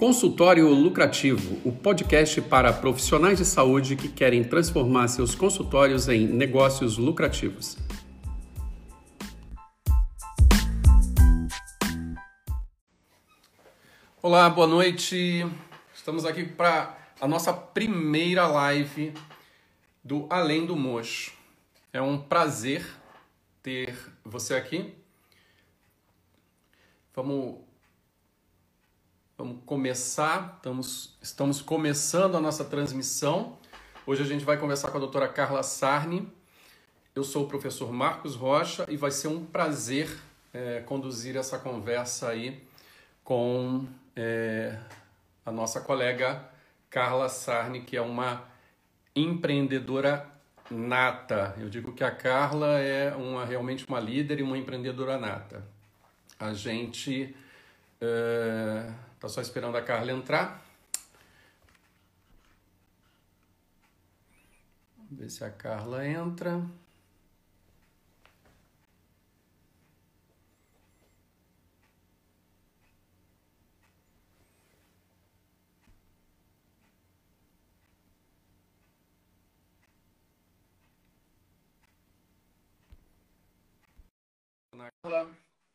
Consultório Lucrativo, o podcast para profissionais de saúde que querem transformar seus consultórios em negócios lucrativos. Olá, boa noite. Estamos aqui para a nossa primeira live do Além do Mocho. É um prazer ter você aqui. Vamos começar, estamos começando a nossa transmissão. Hoje a gente vai conversar com a doutora Carla Sarni. Eu sou o professor Marcos Rocha e vai ser um prazer conduzir essa conversa aí com a nossa colega Carla Sarni, que é uma empreendedora nata. Eu digo que a Carla é realmente uma líder e uma empreendedora nata. A gente está só esperando a Carla entrar. Vamos ver se a Carla entra. Carla.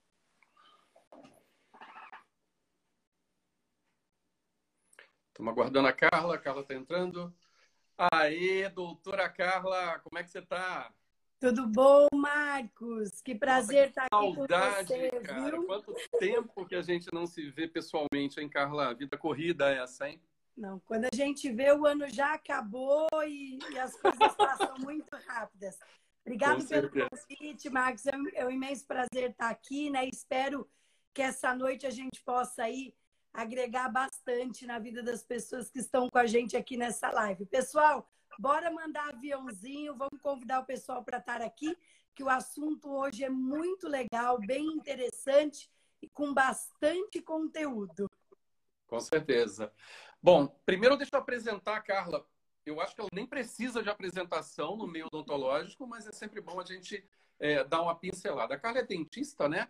Estamos aguardando a Carla está entrando. Aê, doutora Carla, como é que você está? Tudo bom, Marcos? Que prazer estar aqui com saudade, você, cara. viu? Quanto tempo que a gente não se vê pessoalmente, hein, Carla? Vida corrida é essa, hein? Não, quando a gente vê, o ano já acabou e as coisas passam muito rápidas. Obrigado pelo convite, Marcos. É um imenso prazer estar aqui, né? Espero que essa noite a gente possa aí agregar bastante na vida das pessoas que estão com a gente aqui nessa live. Pessoal, bora mandar aviãozinho, vamos convidar o pessoal para estar aqui, que o assunto hoje é muito legal, bem interessante e com bastante conteúdo. Com certeza. Bom, primeiro deixa eu apresentar a Carla. Eu acho que ela nem precisa de apresentação no meio odontológico, mas é sempre bom a gente dar uma pincelada. A Carla é dentista, né?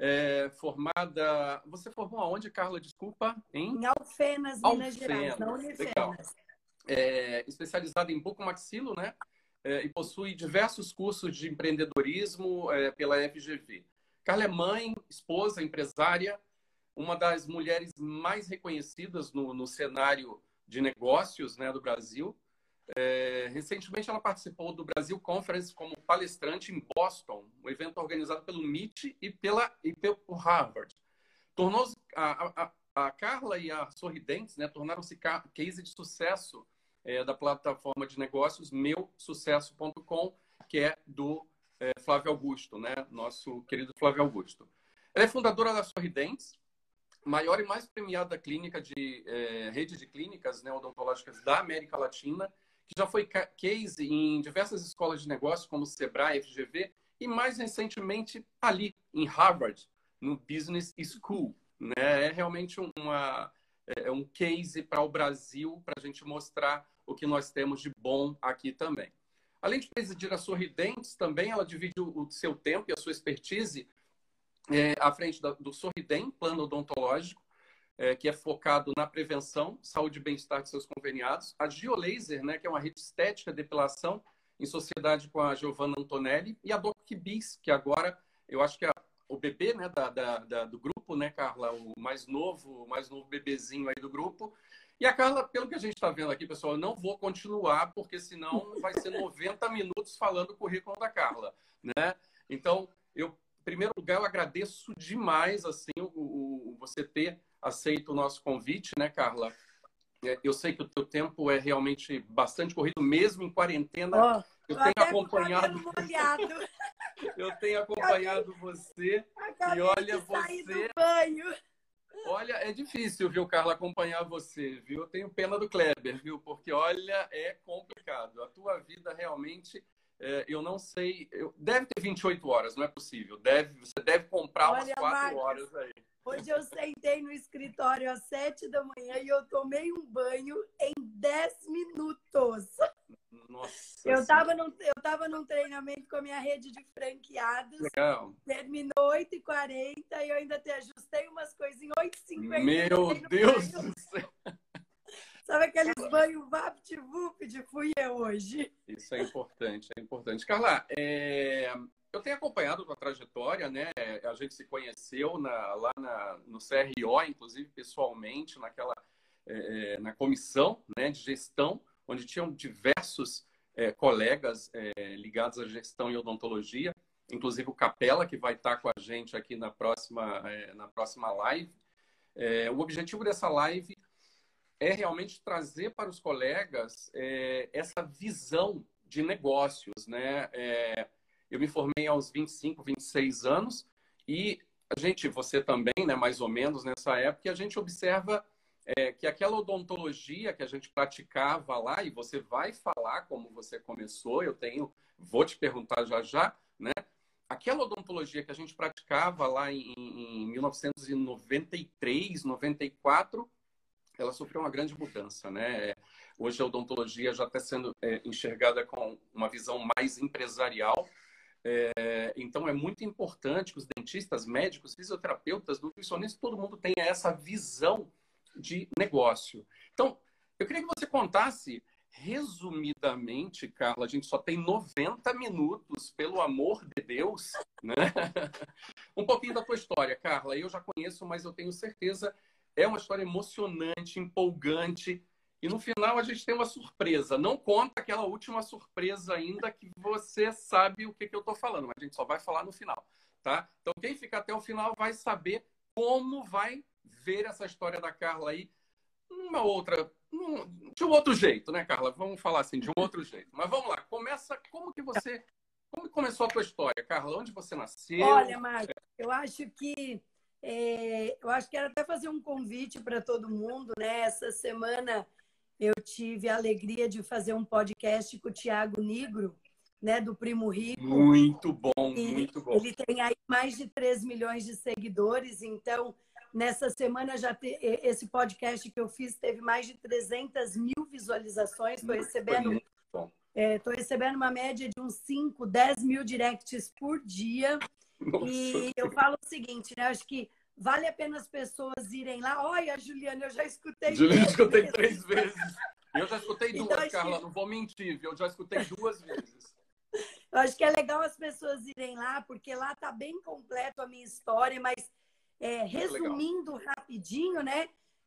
Formada... Você formou aonde, Carla? Desculpa. Em Alfenas, Minas Gerais, na Unifenas. Especializada em bucomaxilo, né? E possui diversos cursos de empreendedorismo pela FGV. Carla é mãe, esposa, empresária, uma das mulheres mais reconhecidas no cenário de negócios, né, do Brasil. Recentemente, ela participou do Brasil Conference como palestrante em Boston, um evento organizado pelo MIT e pelo Harvard. Tornou-se a Carla e a Sorridentes, né, tornaram-se case de sucesso da plataforma de negócios meusucesso.com, que é do Flávio Augusto, né, nosso querido Flávio Augusto. Ela é fundadora da Sorridentes, maior e mais premiada clínica de rede de clínicas, né, odontológicas da América Latina, que já foi case em diversas escolas de negócio, como Sebrae, FGV, e mais recentemente ali, em Harvard, no Business School. Né? É realmente um case para o Brasil, para a gente mostrar o que nós temos de bom aqui também. Além de presidir a Sorridentes, também ela divide o seu tempo e a sua expertise à frente do Sorridem, plano odontológico, que é focado na prevenção, saúde e bem-estar de seus conveniados. A Giolaser, né, que é uma rede estética de depilação, em sociedade com a Giovanna Antonelli. E a DocBiz, que agora, eu acho que é o bebê, né, do grupo, né, Carla? O mais novo bebezinho aí do grupo. E a Carla, pelo que a gente está vendo aqui, pessoal, eu não vou continuar, porque senão vai ser 90 minutos falando o currículo da Carla, né? Então, em primeiro lugar, eu agradeço demais assim, você ter aceito o nosso convite, né, Carla? Eu sei que o teu tempo é realmente bastante corrido, mesmo em quarentena. Eu tenho acompanhado. Eu tenho acompanhado você. E olha, você. Do banho. Olha, é difícil, viu, Carla, acompanhar você, viu? Eu tenho pena do Kleber, viu? Porque, olha, é complicado. A tua vida realmente... eu não sei, deve ter 28 horas, não é possível. Você deve comprar umas 4 horas aí. Hoje eu sentei no escritório às 7 da manhã e eu tomei um banho em 10 minutos. Nossa Eu Senhora. tava num treinamento com a minha rede de franqueados. Legal. Terminou 8h40 e eu ainda te ajustei umas coisas em 8h50. Meu Deus do céu. Sabe aqueles banhos vapt-vupt? Fui eu hoje. Isso é importante, é importante. Carla, eu tenho acompanhado a tua trajetória, né? A gente se conheceu no CRO, inclusive pessoalmente, na comissão, né, de gestão, onde tinham diversos colegas ligados à gestão e odontologia, inclusive o Capela, que vai estar com a gente aqui na próxima live. O objetivo dessa live é realmente trazer para os colegas essa visão de negócios, né? Eu me formei aos 25, 26 anos e você também, né, mais ou menos nessa época, e a gente observa que aquela odontologia que a gente praticava lá, e você vai falar como você começou, vou te perguntar já já, né? Aquela odontologia que a gente praticava lá em 1993, 94, ela sofreu uma grande mudança, né? Hoje a odontologia já está sendo enxergada com uma visão mais empresarial. Então é muito importante que os dentistas, médicos, fisioterapeutas, nutricionistas, todo mundo tenha essa visão de negócio. Então, eu queria que você contasse resumidamente, Carla, a gente só tem 90 minutos, pelo amor de Deus, né? Um pouquinho da tua história, Carla. Eu já conheço, mas eu tenho certeza é uma história emocionante, empolgante. E no final a gente tem uma surpresa. Não conta aquela última surpresa ainda, que você sabe o que eu estou falando, mas a gente só vai falar no final, tá? Então quem ficar até o final vai saber como vai ver essa história da Carla aí de um outro jeito, né, Carla? Vamos falar assim, de um outro jeito. Mas vamos lá, como começou a tua história, Carla? Onde você nasceu? Olha, Marcos, eu acho que era até fazer um convite para todo mundo, né? Essa semana eu tive a alegria de fazer um podcast com o Thiago Nigro, né, do Primo Rico. Muito bom, muito bom. Ele tem aí mais de 3 milhões de seguidores, então nessa semana esse podcast que eu fiz teve mais de 300 mil visualizações. Estou recebendo uma média de uns 5, 10 mil directs por dia. Nossa. E eu falo o seguinte, né? Acho que vale a pena as pessoas irem lá. Olha, Juliana, eu já escutei. Juliana, escutei 3 vezes. Eu já escutei 2, então, Carla, não vou mentir, eu já escutei 2 vezes. Eu acho que é legal as pessoas irem lá, porque lá está bem completo a minha história, mas resumindo rapidinho, né?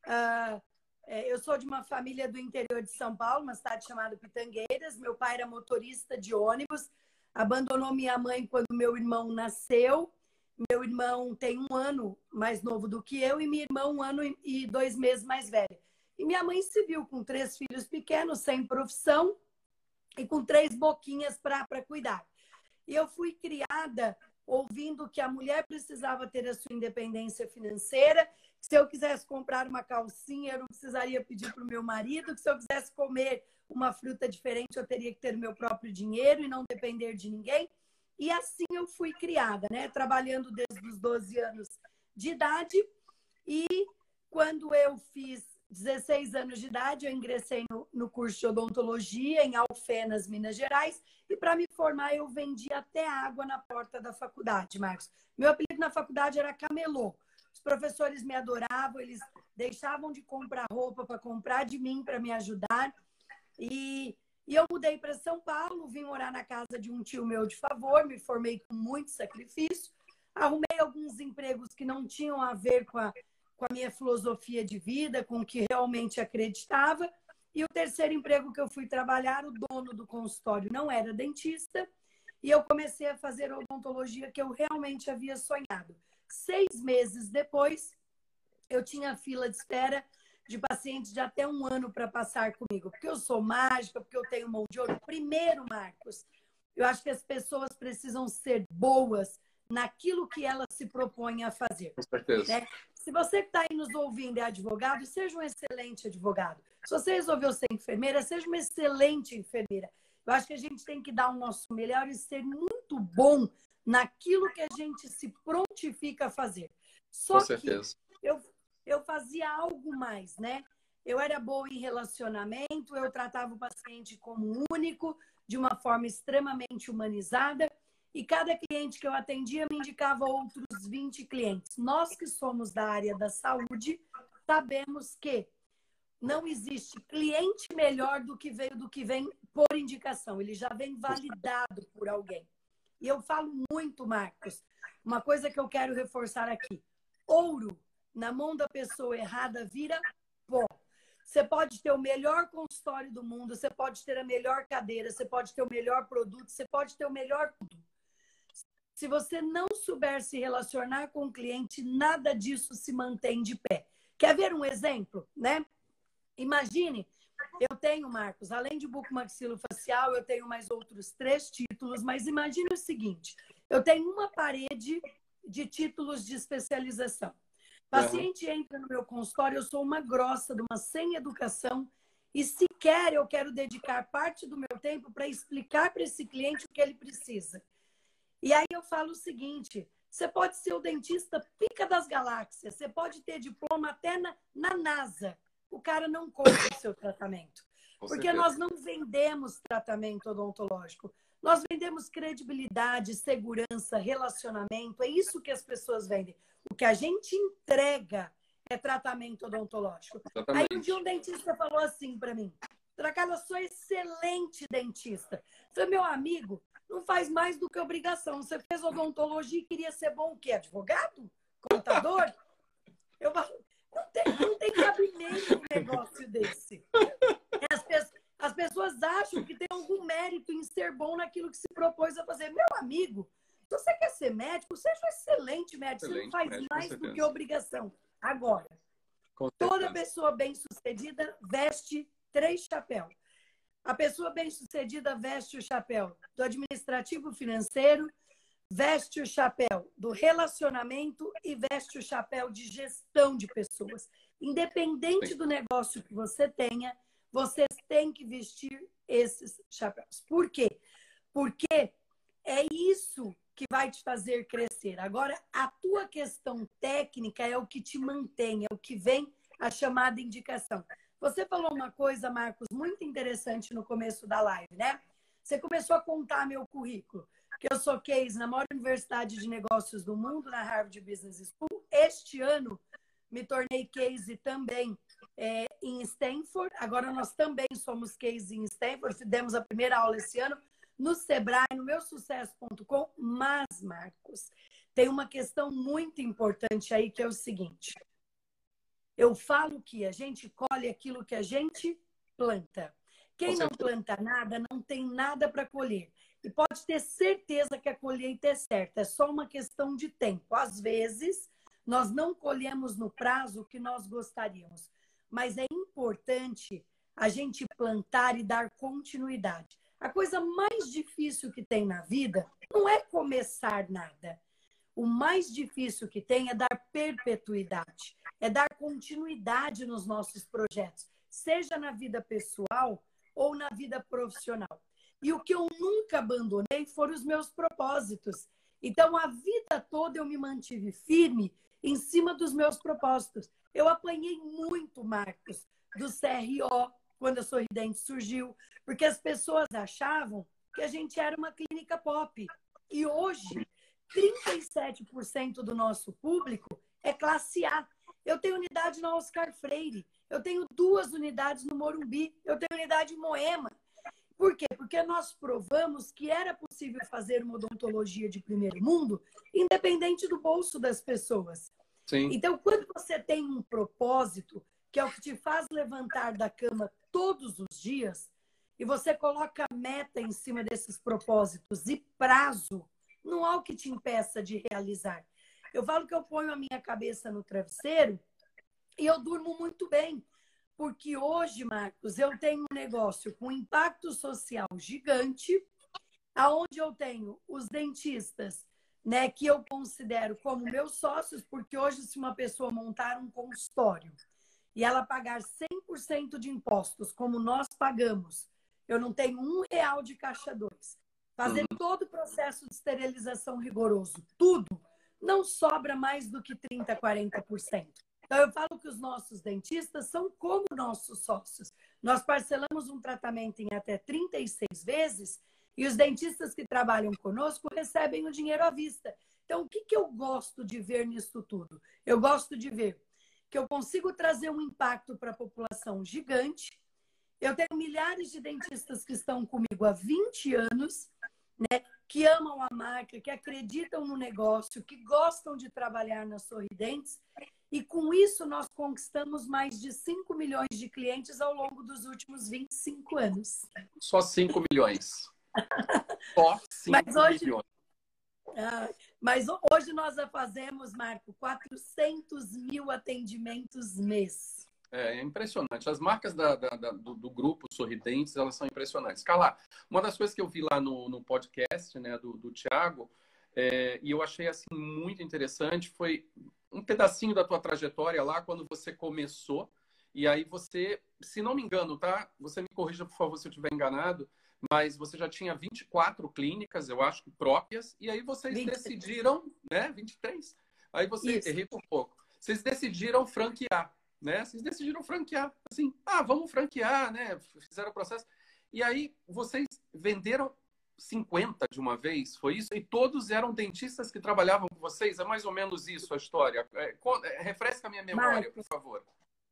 Eu sou de uma família do interior de São Paulo, uma cidade chamada Pitangueiras. Meu pai era motorista de ônibus, abandonou minha mãe quando meu irmão nasceu. Meu irmão tem 1 ano mais novo do que eu e minha irmã 1 ano e 2 meses mais velha. E minha mãe se viu com 3 filhos pequenos, sem profissão e com 3 boquinhas para cuidar. E eu fui criada ouvindo que a mulher precisava ter a sua independência financeira. Se eu quisesse comprar uma calcinha, eu não precisaria pedir para o meu marido. Que se eu quisesse comer uma fruta diferente, eu teria que ter o meu próprio dinheiro e não depender de ninguém. E assim eu fui criada, né? Trabalhando desde os 12 anos de idade. E quando eu fiz 16 anos de idade, eu ingressei no curso de odontologia em Alfenas, Minas Gerais. E para me formar, eu vendi até água na porta da faculdade, Marcos. Meu apelido na faculdade era Camelô. Os professores me adoravam, eles deixavam de comprar roupa para comprar de mim, para me ajudar. E eu mudei para São Paulo, vim morar na casa de um tio meu de favor, me formei com muito sacrifício. Arrumei alguns empregos que não tinham a ver com a minha filosofia de vida, com o que realmente acreditava. E o terceiro emprego que eu fui trabalhar, o dono do consultório não era dentista, e eu comecei a fazer a odontologia que eu realmente havia sonhado. 6 meses depois, eu tinha fila de espera de pacientes de até 1 ano para passar comigo, porque eu sou mágica, porque eu tenho mão de ouro. Primeiro, Marcos, eu acho que as pessoas precisam ser boas naquilo que elas se propõem a fazer. Com certeza. Né? Se você que está aí nos ouvindo é advogado, seja um excelente advogado. Se você resolveu ser enfermeira, seja uma excelente enfermeira. Eu acho que a gente tem que dar o nosso melhor e ser muito bom naquilo que a gente se prontifica a fazer. Só Com certeza. que eu fazia algo mais, né? eu era boa em relacionamento, eu tratava o paciente como único, de uma forma extremamente humanizada, e cada cliente que eu atendia me indicava outros 20 clientes. Nós que somos da área da saúde, sabemos que não existe cliente melhor do que vem por indicação. Ele já vem validado por alguém. E eu falo muito, Marcos, uma coisa que eu quero reforçar aqui. Ouro na mão da pessoa errada vira pó. Você pode ter o melhor consultório do mundo, você pode ter a melhor cadeira, você pode ter o melhor produto, você pode ter o melhor tudo. Se você não souber se relacionar com o cliente, nada disso se mantém de pé. Quer ver um exemplo, né? Imagine, eu tenho, Marcos, além de bucomaxilofacial, eu tenho mais outros 3 títulos, mas imagine o seguinte, eu tenho uma parede de títulos de especialização. O paciente entra no meu consultório, eu sou uma grossa, de uma sem educação, e sequer eu quero dedicar parte do meu tempo para explicar para esse cliente o que ele precisa. E aí eu falo o seguinte, você pode ser o dentista pica das galáxias, você pode ter diploma até na NASA, o cara não compra o seu tratamento. Porque nós não vendemos tratamento odontológico. Nós vendemos credibilidade, segurança, relacionamento. É isso que as pessoas vendem. O que a gente entrega é tratamento odontológico. Exatamente. Aí um dia um dentista falou assim para mim, Tracala, sou excelente dentista. Eu falei, meu amigo, não faz mais do que obrigação. Você fez odontologia e queria ser bom o quê? Advogado? Contador? Eu falo, não tem cabimento um negócio desse. As pessoas acham que tem algum mérito em ser bom naquilo que se propôs a fazer. Meu amigo, se você quer ser médico, seja um excelente médico. Você não faz mais do que obrigação. Agora, toda pessoa bem-sucedida veste 3 chapéus. A pessoa bem-sucedida veste o chapéu do administrativo financeiro, veste o chapéu do relacionamento e veste o chapéu de gestão de pessoas. Independente do negócio que você tenha, vocês têm que vestir esses chapéus. Por quê? Porque é isso que vai te fazer crescer. Agora, a tua questão técnica é o que te mantém, é o que vem a chamada indicação. Você falou uma coisa, Marcos, muito interessante no começo da live, né? Você começou a contar meu currículo, que eu sou case na maior universidade de negócios do mundo, na Harvard Business School. Este ano, me tornei case também em Stanford. Agora, nós também somos case em Stanford. Demos a primeira aula esse ano no Sebrae, no meusucesso.com. Mas, Marcos, tem uma questão muito importante aí, que é o seguinte. Eu falo que a gente colhe aquilo que a gente planta. Quem não planta nada, não tem nada para colher. E pode ter certeza que a colheita é certa. É só uma questão de tempo. Às vezes, nós não colhemos no prazo que nós gostaríamos. Mas é importante a gente plantar e dar continuidade. A coisa mais difícil que tem na vida não é começar nada. O mais difícil que tem é dar perpetuidade, é dar continuidade nos nossos projetos, seja na vida pessoal ou na vida profissional. E o que eu nunca abandonei foram os meus propósitos. Então, a vida toda eu me mantive firme em cima dos meus propósitos. Eu apanhei muito, Marcos, do CRO, quando a Sorridente surgiu, porque as pessoas achavam que a gente era uma clínica pop. E hoje, 37% do nosso público é classe A. Eu tenho unidade na Oscar Freire, eu tenho 2 unidades no Morumbi, eu tenho unidade em Moema. Por quê? Porque nós provamos que era possível fazer uma odontologia de primeiro mundo, independente do bolso das pessoas. Sim. Então, quando você tem um propósito, que é o que te faz levantar da cama todos os dias, e você coloca meta em cima desses propósitos e prazo, não há o que te impeça de realizar. Eu falo que eu ponho a minha cabeça no travesseiro e eu durmo muito bem. Porque hoje, Marcos, eu tenho um negócio com impacto social gigante, aonde eu tenho os dentistas, né, que eu considero como meus sócios, porque hoje, se uma pessoa montar um consultório e ela pagar 100% de impostos, como nós pagamos, eu não tenho R$1 de caixa 2. Fazer todo o processo de esterilização rigoroso, tudo, não sobra mais do que 30%, 40%. Então, eu falo que os nossos dentistas são como nossos sócios. Nós parcelamos um tratamento em até 36 vezes e os dentistas que trabalham conosco recebem o dinheiro à vista. Então, o que eu gosto de ver nisso tudo? Eu gosto de ver que eu consigo trazer um impacto para a população gigante. Eu tenho milhares de dentistas que estão comigo há 20 anos, né, que amam a marca, que acreditam no negócio, que gostam de trabalhar na Sorridentes. E com isso nós conquistamos mais de 5 milhões de clientes ao longo dos últimos 25 anos. Só 5 milhões. Só 5 milhões. Mas hoje nós já fazemos, Marco, 400 mil atendimentos mês. É impressionante. As marcas do grupo Sorridentes, elas são impressionantes. Carla, uma das coisas que eu vi lá no podcast, né, do Thiago, e eu achei assim muito interessante, foi um pedacinho da tua trajetória lá, quando você começou, e aí você, se não me engano, tá? Você me corrija, por favor, se eu estiver enganado, mas você já tinha 24 clínicas, eu acho, próprias, e aí vocês 23. decidiram, né? 23? Aí você, errei por pouco. Vocês decidiram franquear, né? Vocês decidiram franquear, assim, vamos franquear, né? Fizeram o processo. E aí vocês venderam 50 de uma vez, foi isso? E todos eram dentistas que trabalhavam com vocês? É mais ou menos isso a história? Refresca a minha memória, por favor.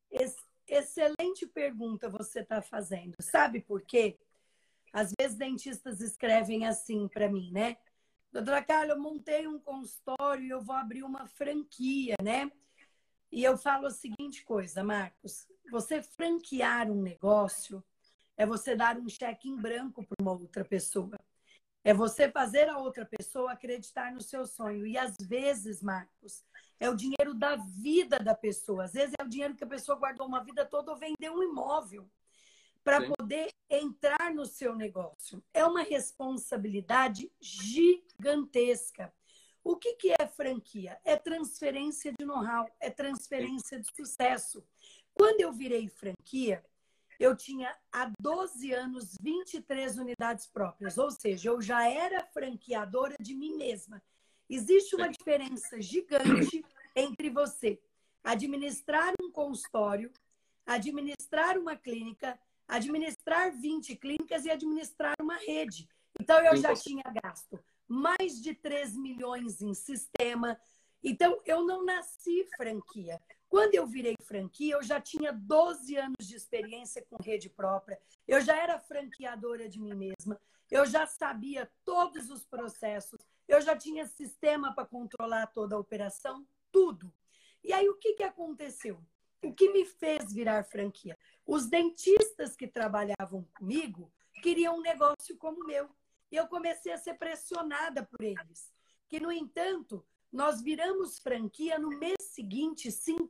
Excelente pergunta você está fazendo. Sabe por quê? Às vezes dentistas escrevem assim para mim, né? Doutora Carla, eu montei um consultório e eu vou abrir uma franquia, né? E eu falo a seguinte coisa, Marcos. Você franquear um negócio é você dar um cheque em branco para uma outra pessoa. É você fazer a outra pessoa acreditar no seu sonho. E às vezes, Marcos, é o dinheiro da vida da pessoa. Às vezes é o dinheiro que a pessoa guardou uma vida toda ou vendeu um imóvel para poder entrar no seu negócio. É uma responsabilidade gigantesca. O que é franquia? É transferência de know-how, é transferência de sucesso. Quando eu virei franquia, eu tinha há 12 anos 23 unidades próprias, ou seja, eu já era franqueadora de mim mesma. Existe uma diferença gigante entre você administrar um consultório, administrar uma clínica, administrar 20 clínicas e administrar uma rede. Então, eu já tinha gasto mais de 3 milhões em sistema. Então, eu não nasci franquia. Quando eu virei franquia, eu já tinha 12 anos de experiência com rede própria. Eu já era franqueadora de mim mesma. Eu já sabia todos os processos. Eu já tinha sistema para controlar toda a operação, tudo. E aí, o que aconteceu? O que me fez virar franquia? Os dentistas que trabalhavam comigo queriam um negócio como o meu. E eu comecei a ser pressionada por eles. Que, no entanto, nós viramos franquia no mês seguinte,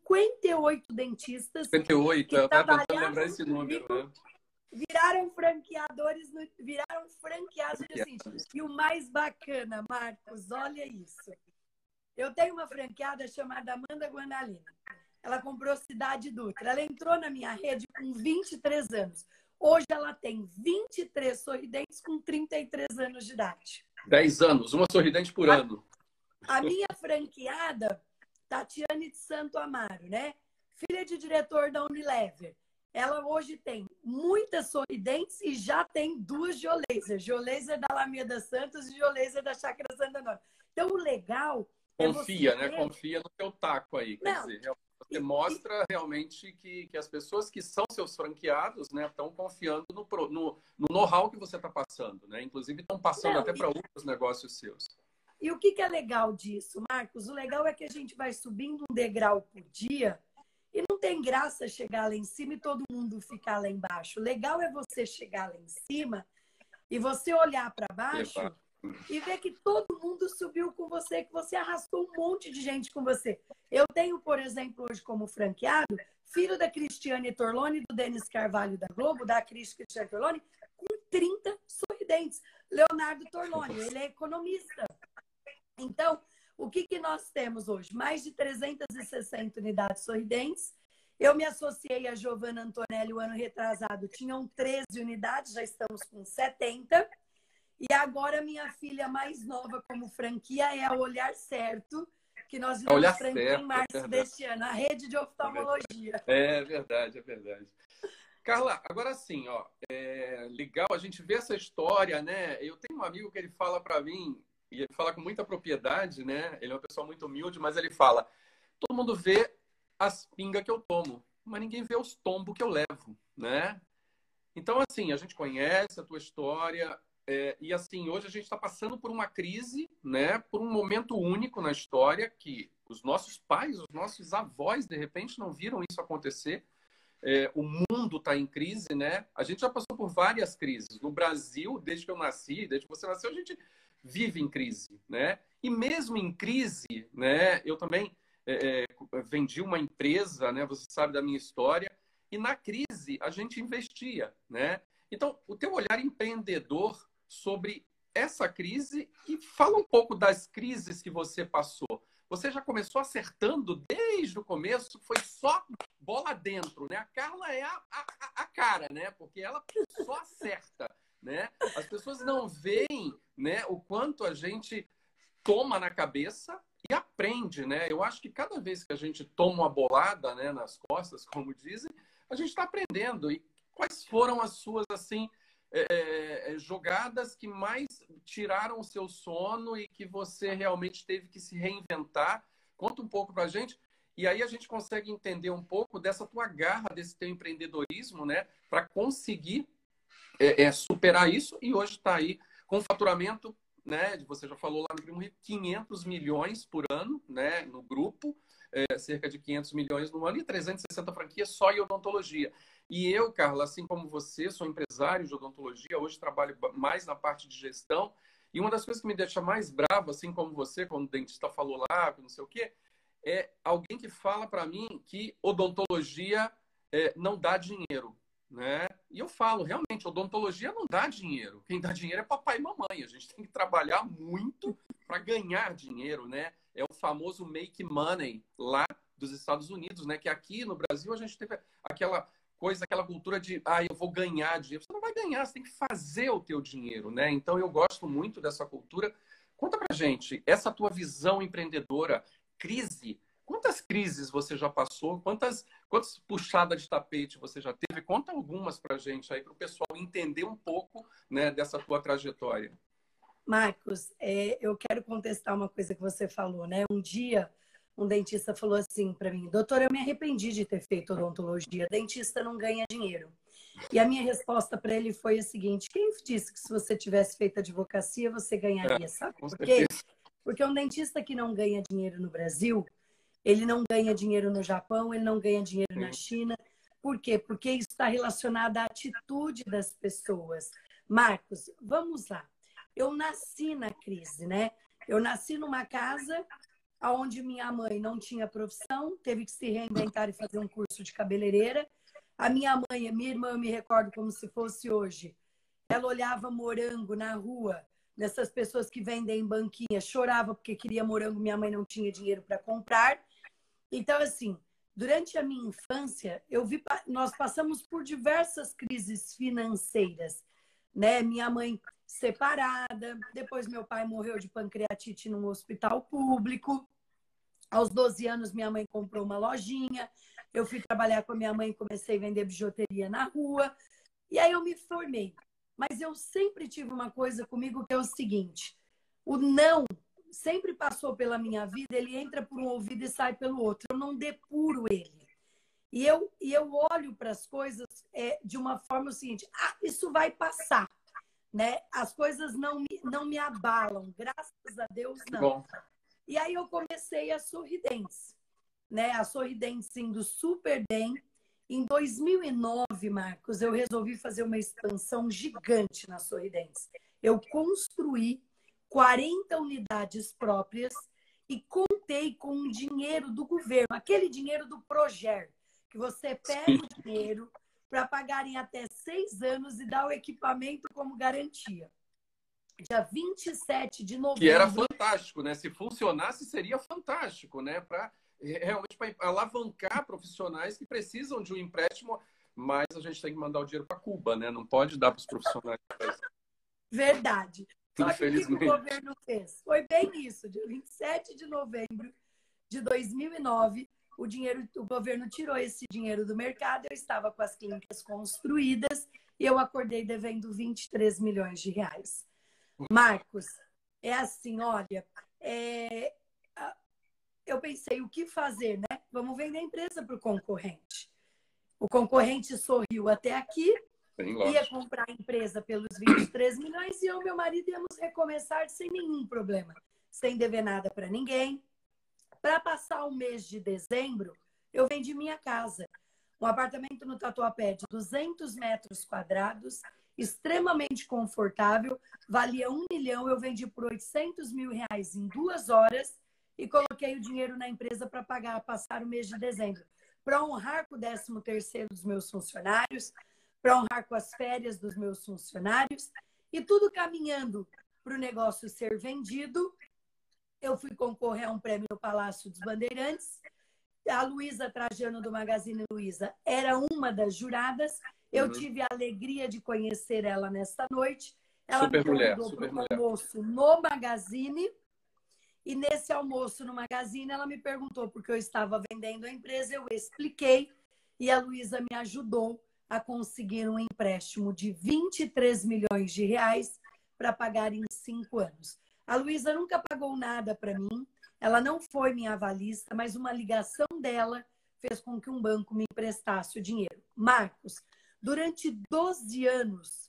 58 dentistas 58, eu estava tentando lembrar esse número, né? Viraram franqueadores, viraram franqueados. Assim, e o mais bacana, Marcos, olha isso. Eu tenho uma franqueada chamada Amanda Guanalina. Ela comprou Cidade Dutra. Ela entrou na minha rede com 23 anos. Hoje ela tem 23 sorridentes com 33 anos de idade. 10 anos, uma sorridente por ano. A minha franqueada, Tatiane de Santo Amaro, né? Filha de diretor da Unilever. Ela hoje tem muitas sorridentes e já tem 2 geolaser. Geolaser da Alameda Santos e geolaser da Chácara Santa Nora. Então, o legal... Confia, né? Confia no teu taco aí. Quer dizer, você mostra realmente que as pessoas que são seus franqueados, né, estão confiando no know-how que você está passando, né? Inclusive, estão passando até para outros negócios seus. E o que é legal disso, Marcos? O legal é que a gente vai subindo um degrau por dia e não tem graça chegar lá em cima e todo mundo ficar lá embaixo. O legal é você chegar lá em cima e você olhar para baixo e ver que todo mundo subiu com você, que você arrastou um monte de gente com você. Eu tenho, por exemplo, hoje como franqueado, filho da Cristiane Torlone e do Denis Carvalho da Globo, da Cristiane Torlone, com 30 sorridentes. Leonardo Torlone, ele é economista. Então, o que nós temos hoje? Mais de 360 unidades sorridentes. Eu me associei a Giovana Antonelli o ano retrasado. Tinham 13 unidades, já estamos com 70. E agora minha filha mais nova como franquia é a Olhar Certo, que nós A iremos olhar prender em certo, é março verdade. deste ano, a rede de oftalmologia. É verdade, é verdade. Carla, agora sim, ó, é legal a gente ver essa história, né? Eu tenho um amigo que ele fala para mim, e ele fala com muita propriedade, né? Ele é uma pessoa muito humilde, mas ele fala: todo mundo vê as pingas que eu tomo, mas ninguém vê os tombos que eu levo, né? Então, assim, a gente conhece a tua história, e assim, hoje a gente está passando por uma crise, né? Por um momento único na história que os nossos pais, os nossos avós, de repente, não viram isso acontecer. O mundo está em crise, né? A gente já passou por várias crises. No Brasil, desde que eu nasci, desde que você nasceu, a gente vive em crise, né? E mesmo em crise, né? Eu também vendi uma empresa, né? Você sabe da minha história. E na crise a gente investia, né? Então, o teu olhar empreendedor sobre essa crise e fala um pouco das crises que você passou. Você já começou acertando desde o começo, foi só bola dentro, né? A Carla é a cara, né? Porque ela só acerta, né? As pessoas não veem, né, o quanto a gente toma na cabeça e aprende, né? Eu acho que cada vez que a gente toma uma bolada, né, nas costas, como dizem, a gente está aprendendo. E quais foram as suas, assim, jogadas que mais tiraram o seu sono e que você realmente teve que se reinventar? Conta um pouco para a gente. E aí a gente consegue entender um pouco dessa tua garra, desse teu empreendedorismo, né? Para conseguir superar isso. E hoje está aí com faturamento, né? Você já falou lá no Primo Rico, 500 milhões por ano, né? No grupo, cerca de 500 milhões no ano e 360 franquias só em odontologia. E eu, Carla, assim como você, sou empresário de odontologia, hoje trabalho mais na parte de gestão. E uma das coisas que me deixa mais bravo, assim como você, quando o dentista falou lá, não sei o quê, é alguém que fala para mim que odontologia não dá dinheiro, né? E eu falo, realmente, odontologia não dá dinheiro. Quem dá dinheiro é papai e mamãe. A gente tem que trabalhar muito para ganhar dinheiro, né? É o famoso make money lá dos Estados Unidos, né? Que aqui no Brasil a gente teve aquela coisa, aquela cultura de, eu vou ganhar dinheiro. Você não vai ganhar, você tem que fazer o teu dinheiro, né? Então eu gosto muito dessa cultura. Conta pra gente, essa tua visão empreendedora, crise, quantas crises você já passou? Quantas puxadas de tapete você já teve? Conta algumas pra gente aí, para o pessoal entender um pouco, né, dessa tua trajetória. Marcos, eu quero contestar uma coisa que você falou, né? Um dia, um dentista falou assim para mim: doutor, eu me arrependi de ter feito odontologia. Dentista não ganha dinheiro. E a minha resposta para ele foi a seguinte: quem disse que se você tivesse feito advocacia, você ganharia? Sabe Com por quê? certeza. Porque um dentista que não ganha dinheiro no Brasil, ele não ganha dinheiro no Japão, ele não ganha dinheiro na Sim. China. Por quê? Porque isso está relacionado à atitude das pessoas. Marcos, vamos lá. Eu nasci na crise, né? Eu nasci numa casa onde minha mãe não tinha profissão, teve que se reinventar e fazer um curso de cabeleireira. A minha mãe, a minha irmã, eu me recordo como se fosse hoje. Ela olhava morango na rua, dessas pessoas que vendem em banquinha, chorava porque queria morango, minha mãe não tinha dinheiro para comprar. Então, assim, durante a minha infância, nós passamos por diversas crises financeiras, né? Minha mãe separada, depois meu pai morreu de pancreatite num hospital público. Aos 12 anos, minha mãe comprou uma lojinha. Eu fui trabalhar com a minha mãe e comecei a vender bijuteria na rua. E aí eu me formei. Mas eu sempre tive uma coisa comigo que é o seguinte: o não sempre passou pela minha vida, ele entra por um ouvido e sai pelo outro. Eu não depuro ele. E eu olho para as coisas de uma forma o seguinte: isso vai passar. Né? As coisas não me abalam, graças a Deus, não. Bom. E aí eu comecei a Sorridentes, né? A Sorridentes indo super bem. Em 2009, Marcos, eu resolvi fazer uma expansão gigante na Sorridentes. Eu construí 40 unidades próprias e contei com o dinheiro do governo, aquele dinheiro do Proger, que você pega o dinheiro para pagar em até 6 anos e dar o equipamento como garantia. Dia 27 de novembro... Que era fantástico, né? Se funcionasse, seria fantástico, né? Realmente para alavancar profissionais que precisam de um empréstimo, mas a gente tem que mandar o dinheiro para Cuba, né? Não pode dar para os profissionais. Verdade. Só que o que o Infelizmente. governo fez? Foi bem isso. Dia 27 de novembro, de 2009, o governo tirou esse dinheiro do mercado, eu estava com as clínicas construídas e eu acordei devendo 23 milhões de reais. Marcos, é assim, olha, eu pensei, o que fazer, né? Vamos vender a empresa para o concorrente. O concorrente sorriu até aqui, ia comprar a empresa pelos 23 milhões e eu e meu marido íamos recomeçar sem nenhum problema, sem dever nada para ninguém. Para passar o mês de dezembro, eu vendi minha casa. Um apartamento no Tatuapé de 200 metros quadrados, extremamente confortável, valia 1 milhão, eu vendi por 800 mil reais em 2 horas e coloquei o dinheiro na empresa para passar o mês de dezembro, para honrar com o 13º dos meus funcionários, para honrar com as férias dos meus funcionários, e tudo caminhando para o negócio ser vendido. Eu fui concorrer a um prêmio no Palácio dos Bandeirantes. A Luísa Trajano, do Magazine Luiza, era uma das juradas. Eu tive a alegria de conhecer ela nesta noite. Ela me convidou para um almoço no Magazine. E nesse almoço no Magazine, ela me perguntou porque eu estava vendendo a empresa. Eu expliquei e a Luísa me ajudou a conseguir um empréstimo de 23 milhões de reais para pagar em 5 anos. A Luísa nunca pagou nada para mim, ela não foi minha avalista, mas uma ligação dela fez com que um banco me emprestasse o dinheiro. Marcos, durante 12 anos,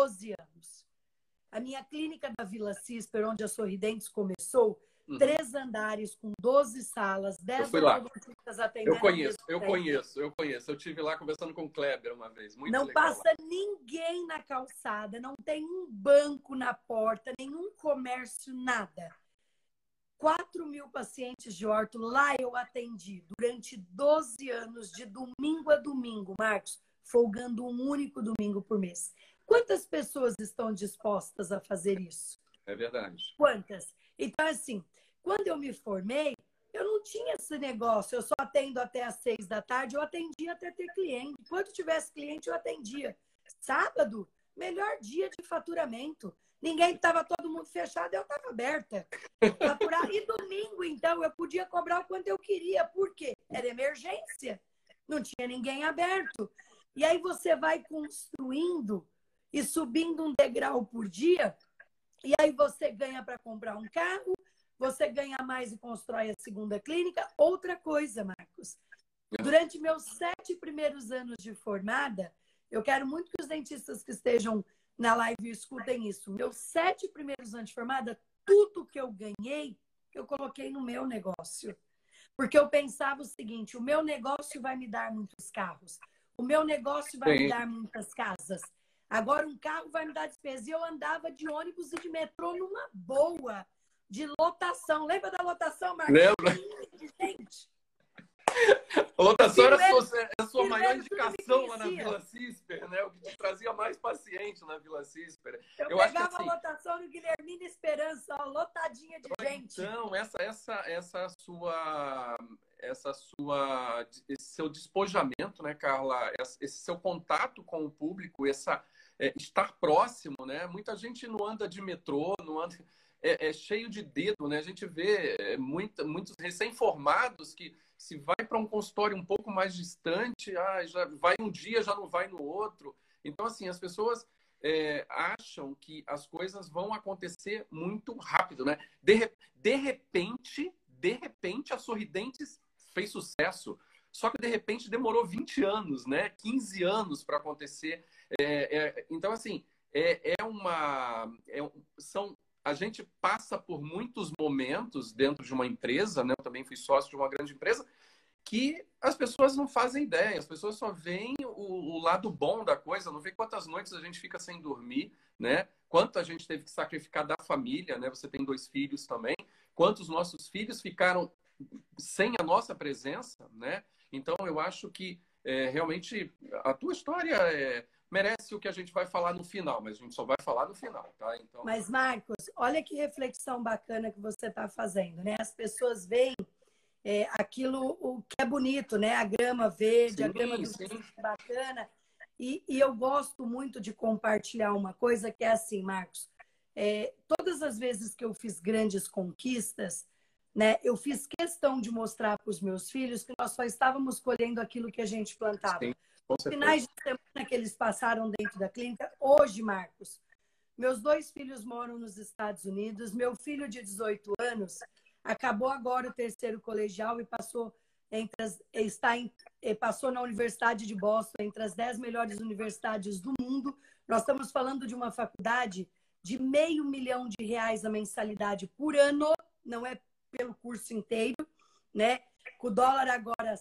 a minha clínica da Vila Cisper, onde a Sorridentes começou, 3 andares com 12 salas, 10 odontistas atendendo. Eu conheço. Eu estive lá conversando com o Kleber uma vez. Muito não legal, passa ninguém na calçada, não tem um banco na porta, nenhum comércio, nada. 4.000 pacientes de orto, lá eu atendi durante 12 anos, de domingo a domingo, Marcos, folgando um único domingo por mês. Quantas pessoas estão dispostas a fazer isso? É verdade. Quantas? Então, assim, quando eu me formei, eu não tinha esse negócio, eu só atendo até às 6 da tarde, eu atendia até ter cliente. Quando tivesse cliente, eu atendia. Sábado, melhor dia de faturamento. Ninguém estava, todo mundo fechado, eu estava aberta. Faturar. E domingo, então, eu podia cobrar o quanto eu queria. Por quê? Era emergência. Não tinha ninguém aberto. E aí você vai construindo e subindo um degrau por dia, e aí você ganha para comprar um carro, você ganha mais e constrói a segunda clínica. Outra coisa, Marcos, durante meus 7 primeiros anos de formada, eu quero muito que os dentistas que estejam na live escutem isso. Meus 7 primeiros anos de formada, tudo que eu ganhei, eu coloquei no meu negócio. Porque eu pensava o seguinte, o meu negócio vai me dar muitos carros, o meu negócio vai me dar muitas casas. Agora um carro vai me dar despesa. E eu andava de ônibus e de metrô numa boa, de lotação. Lembra da lotação, Marcos? Lembra? Gente. A lotação era a sua maior indicação lá na Vila Cisper, né? O que te trazia mais paciente na Vila Cisper. Eu pegava a lotação no Guilhermina Esperança, ó, lotadinha de gente. Então, esse seu despojamento, né, Carla? Esse seu contato com o público, estar próximo, né? Muita gente não anda de metrô, não anda, é cheio de dedo, né? A gente vê muitos recém-formados que se vai para um consultório um pouco mais distante, já vai um dia, já não vai no outro. Então, assim, as pessoas acham que as coisas vão acontecer muito rápido, né? De repente, a Sorridentes fez sucesso. Só que, de repente, demorou 20 anos, né? 15 anos para acontecer. Então, assim, a gente passa por muitos momentos dentro de uma empresa, né? Eu também fui sócio de uma grande empresa, que as pessoas não fazem ideia. As pessoas só veem o lado bom da coisa, não vê quantas noites a gente fica sem dormir, né? Quanto a gente teve que sacrificar da família, né? Você tem 2 filhos também. Quantos nossos filhos ficaram sem a nossa presença, né? Então, eu acho que realmente a tua história merece o que a gente vai falar no final, mas a gente só vai falar no final, tá? Então... Mas, Marcos, olha que reflexão bacana que você está fazendo, né? As pessoas veem aquilo o que é bonito, né? A grama verde, sim, a grama do vizinho é bacana. E eu gosto muito de compartilhar uma coisa que é assim, Marcos. Todas as vezes que eu fiz grandes conquistas, né? Eu fiz questão de mostrar para os meus filhos que nós só estávamos colhendo aquilo que a gente plantava. Sim, com Os certeza. finais de semana que eles passaram dentro da clínica, hoje, Marcos, meus 2 filhos moram nos Estados Unidos, meu filho de 18 anos acabou agora o 3º colegial e passou passou na Universidade de Boston, entre as 10 melhores universidades do mundo. Nós estamos falando de uma faculdade de R$500 mil a mensalidade por ano, não é pelo curso inteiro, né? Com o dólar agora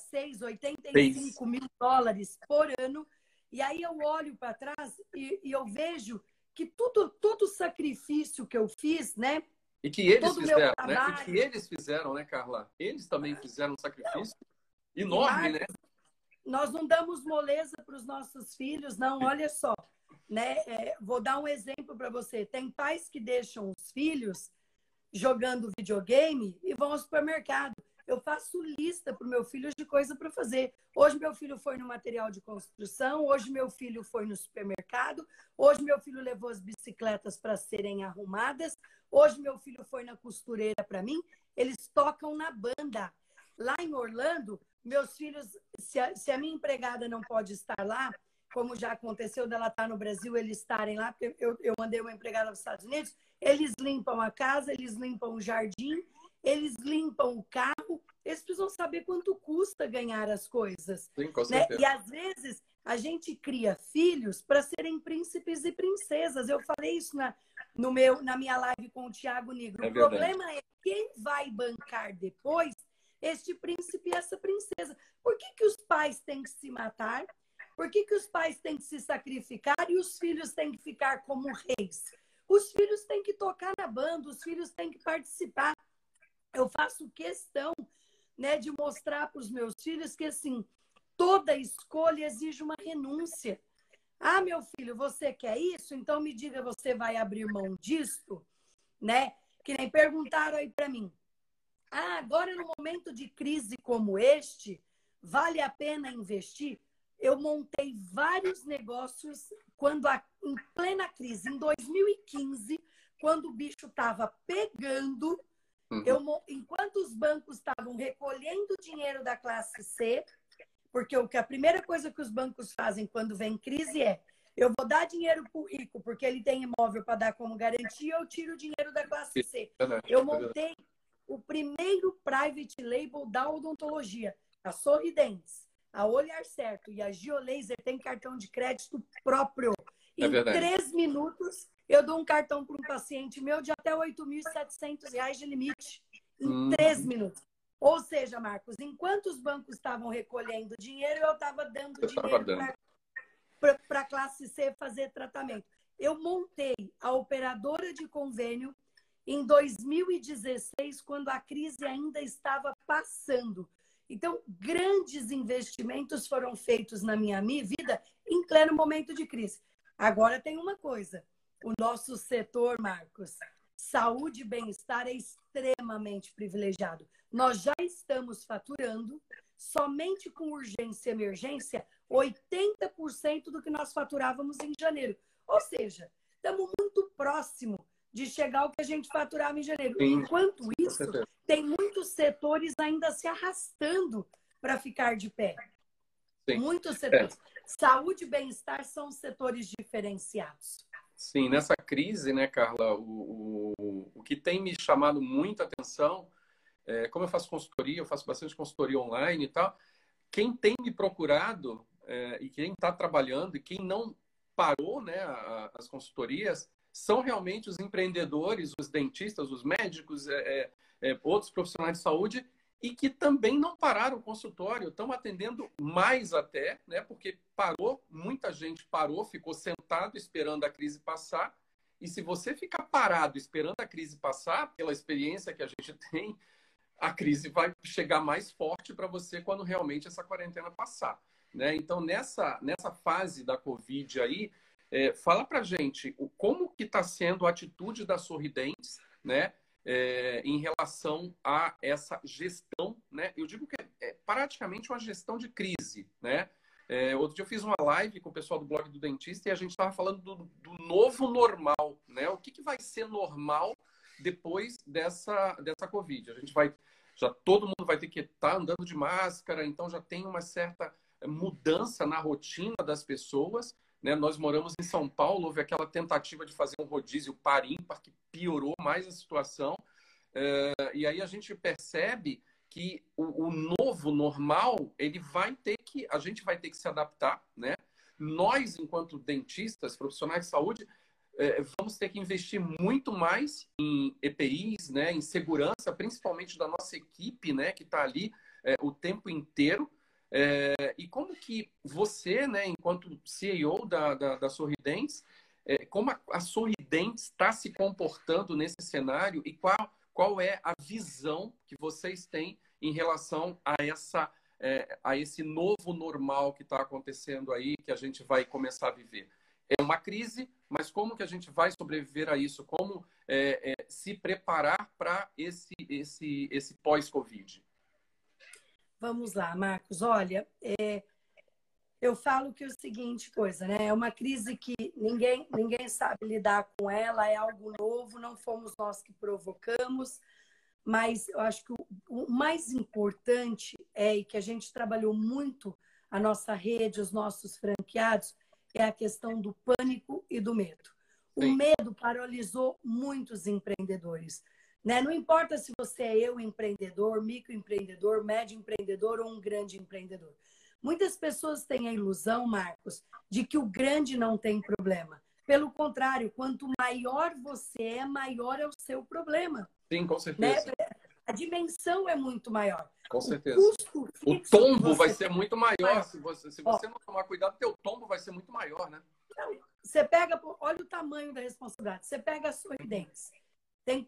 $85 mil por ano. E aí eu olho para trás e eu vejo que todo o sacrifício que eu fiz, né? E que eles todo fizeram, meu né? trabalho, E que eles fizeram, né, Carla? Eles também fizeram um sacrifício enorme, Marcos, né? nós não damos moleza para os nossos filhos, não. Olha só, né? Vou dar um exemplo para você. Tem pais que deixam os filhos jogando videogame e vão ao supermercado. Eu faço lista para o meu filho de coisa para fazer. Hoje meu filho foi no material de construção, hoje meu filho foi no supermercado, hoje meu filho levou as bicicletas para serem arrumadas, hoje meu filho foi na costureira para mim. Eles tocam na banda. Lá em Orlando, meus filhos, se a minha empregada não pode estar lá, como já aconteceu dela estar no Brasil, eles estarem lá, porque eu mandei uma empregada aos Estados Unidos, eles limpam a casa, eles limpam o jardim, eles limpam o carro, eles precisam saber quanto custa ganhar as coisas. Sim, com Né? certeza. E às vezes a gente cria filhos para serem príncipes e princesas. Eu falei isso na minha live com o Thiago Negro. O problema é quem vai bancar depois este príncipe e essa princesa. Por que os pais têm que se matar? Por que os pais têm que se sacrificar e os filhos têm que ficar como reis? Os filhos têm que tocar na banda, os filhos têm que participar. Eu faço questão, né, de mostrar para os meus filhos que, assim, toda escolha exige uma renúncia. Ah, meu filho, você quer isso? Então me diga, você vai abrir mão disto? Né? Que nem perguntaram aí para mim. Ah, agora num momento de crise como este, vale a pena investir? Eu montei vários negócios em plena crise, em 2015, quando o bicho estava pegando, enquanto os bancos estavam recolhendo dinheiro da classe C, porque a primeira coisa que os bancos fazem quando vem crise é: eu vou dar dinheiro para o rico, porque ele tem imóvel para dar como garantia, eu tiro o dinheiro da classe C. Eu montei o primeiro private label da odontologia, a Sorridentes, a Olhar Certo e a Giolaser tem cartão de crédito próprio. Em 3 minutos, eu dou um cartão para um paciente meu de até R$ 8.700 de limite. Em 3 minutos. Ou seja, Marcos, enquanto os bancos estavam recolhendo dinheiro, eu estava dando dinheiro para a classe C fazer tratamento. Eu montei a operadora de convênio em 2016, quando a crise ainda estava passando. Então, grandes investimentos foram feitos na minha vida em pleno momento de crise. Agora tem uma coisa, o nosso setor, Marcos, saúde e bem-estar é extremamente privilegiado. Nós já estamos faturando, somente com urgência e emergência, 80% do que nós faturávamos em janeiro. Ou seja, estamos muito próximo de chegar ao que a gente faturava em janeiro. Sim, enquanto isso, tem muitos setores ainda se arrastando para ficar de pé. Sim. Muitos setores. Saúde e bem-estar são setores diferenciados. Sim, nessa crise, né, Carla, o que tem me chamado muita atenção, como eu faço consultoria, eu faço bastante consultoria online e tal, quem tem me procurado e quem está trabalhando e quem não parou, né, as consultorias, são realmente os empreendedores, os dentistas, os médicos, outros profissionais de saúde e que também não pararam o consultório, estão atendendo mais até, né? Porque parou, muita gente parou, ficou sentado esperando a crise passar. E se você ficar parado esperando a crise passar, pela experiência que a gente tem, a crise vai chegar mais forte para você quando realmente essa quarentena passar, né? Então, nessa fase da Covid aí, fala pra gente como que está sendo a atitude da Sorridentes, né? Em relação a essa gestão, né? Eu digo que é praticamente uma gestão de crise, né? Outro dia eu fiz uma live com o pessoal do blog do dentista e a gente estava falando do novo normal, né? O que vai ser normal depois dessa Covid. A gente vai, já todo mundo vai ter que estar andando de máscara, então já tem uma certa mudança na rotina das pessoas, né? Nós moramos em São Paulo, houve aquela tentativa de fazer um rodízio par ímpar que piorou mais a situação. E aí a gente percebe que o novo normal, a gente vai ter que se adaptar, né? Nós, enquanto dentistas, profissionais de saúde, vamos ter que investir muito mais em EPIs, né? Em segurança, principalmente da nossa equipe, né? Que está ali o tempo inteiro. E como que você, né? Enquanto CEO da Sorridentes, como a Sorridentes está se comportando nesse cenário e qual é a visão que vocês têm em relação a esse novo normal que está acontecendo aí, que a gente vai começar a viver? É uma crise, mas como que a gente vai sobreviver a isso? Como se preparar para esse pós-Covid? Vamos lá, Marcos. Olha, eu falo que é o seguinte coisa, né? É uma crise que ninguém sabe lidar com ela, é algo novo, não fomos nós que provocamos, mas eu acho que o mais importante e que a gente trabalhou muito, a nossa rede, os nossos franqueados, é a questão do pânico e do medo. O medo paralisou muitos empreendedores, né? Não importa se você é empreendedor, microempreendedor, médio empreendedor ou um grande empreendedor. Muitas pessoas têm a ilusão, Marcos, de que o grande não tem problema. Pelo contrário, quanto maior você é, maior é o seu problema. Sim, com certeza. Né? A dimensão é muito maior. Com certeza. O fixo tombo vai ser muito maior. Se você não tomar cuidado, teu tombo vai ser muito maior, né? Você pega, olha o tamanho da responsabilidade. Você pega a Sorridentes. Tem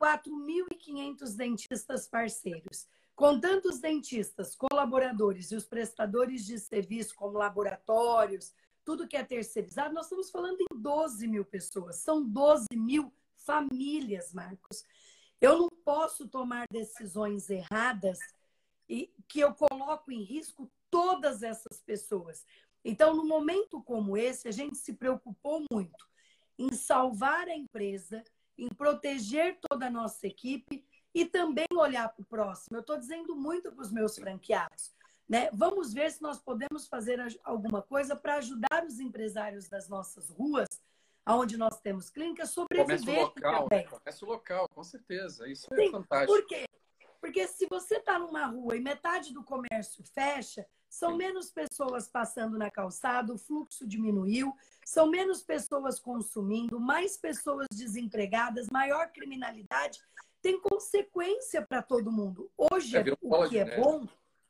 4.500 dentistas parceiros. Contando os dentistas, colaboradores e os prestadores de serviço, como laboratórios, tudo que é terceirizado, nós estamos falando em 12 mil pessoas. São 12 mil famílias, Marcos. Eu não posso tomar decisões erradas e que eu coloco em risco todas essas pessoas. Então, num momento como esse, a gente se preocupou muito em salvar a empresa, em proteger toda a nossa equipe e também olhar para o próximo. Eu estou dizendo muito para os meus franqueados, né? Vamos ver se nós podemos fazer alguma coisa para ajudar os empresários das nossas ruas, onde nós temos clínicas, sobreviver também. Comércio local, com certeza. Isso é Sim, fantástico. por quê? Porque se você está numa rua e metade do comércio fecha, são menos pessoas passando na calçada, o fluxo diminuiu, são menos pessoas consumindo, mais pessoas desempregadas, maior criminalidade, tem consequência para todo mundo. Hoje, o que é bom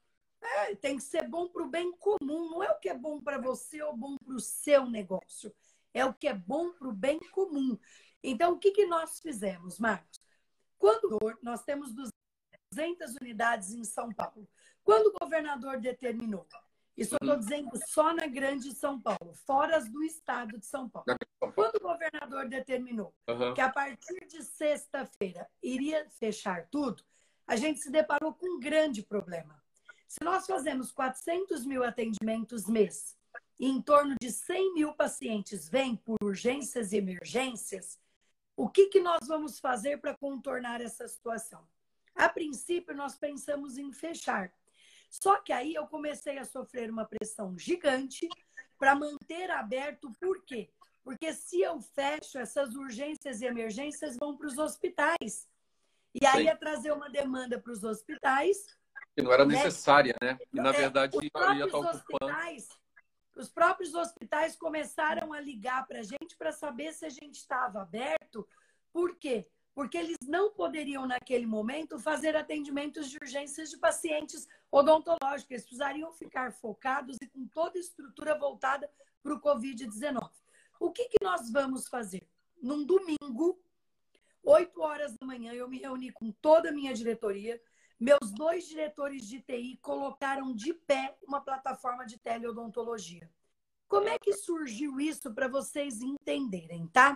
tem que ser bom para o bem comum, não é o que é bom para você ou bom para o seu negócio, é o que é bom para o bem comum. Então, o que nós fizemos, Marcos? Quando nós temos 200 unidades em São Paulo, quando o governador determinou, isso eu estou dizendo só na grande São Paulo, fora as do estado de São Paulo. Quando o governador determinou que a partir de sexta-feira iria fechar tudo, a gente se deparou com um grande problema. Se nós fazemos 400 mil atendimentos mês e em torno de 100 mil pacientes vêm por urgências e emergências, o que nós vamos fazer para contornar essa situação? A princípio, nós pensamos em fechar. Só que aí eu comecei a sofrer uma pressão gigante para manter aberto. Por quê? Porque se eu fecho, essas urgências e emergências vão para os hospitais. E aí ia trazer uma demanda para os hospitais. Que não era necessária, né? E, na verdade, ia estar ocupando. Os próprios hospitais começaram a ligar para a gente para saber se a gente estava aberto. Por quê? Porque eles não poderiam, naquele momento, fazer atendimentos de urgências de pacientes odontológicos. Eles precisariam ficar focados e com toda a estrutura voltada para o Covid-19. O que nós vamos fazer? Num domingo, 8 horas da manhã, eu me reuni com toda a minha diretoria. Meus 2 diretores de TI colocaram de pé uma plataforma de teleodontologia. Como é que surgiu isso para vocês entenderem, tá?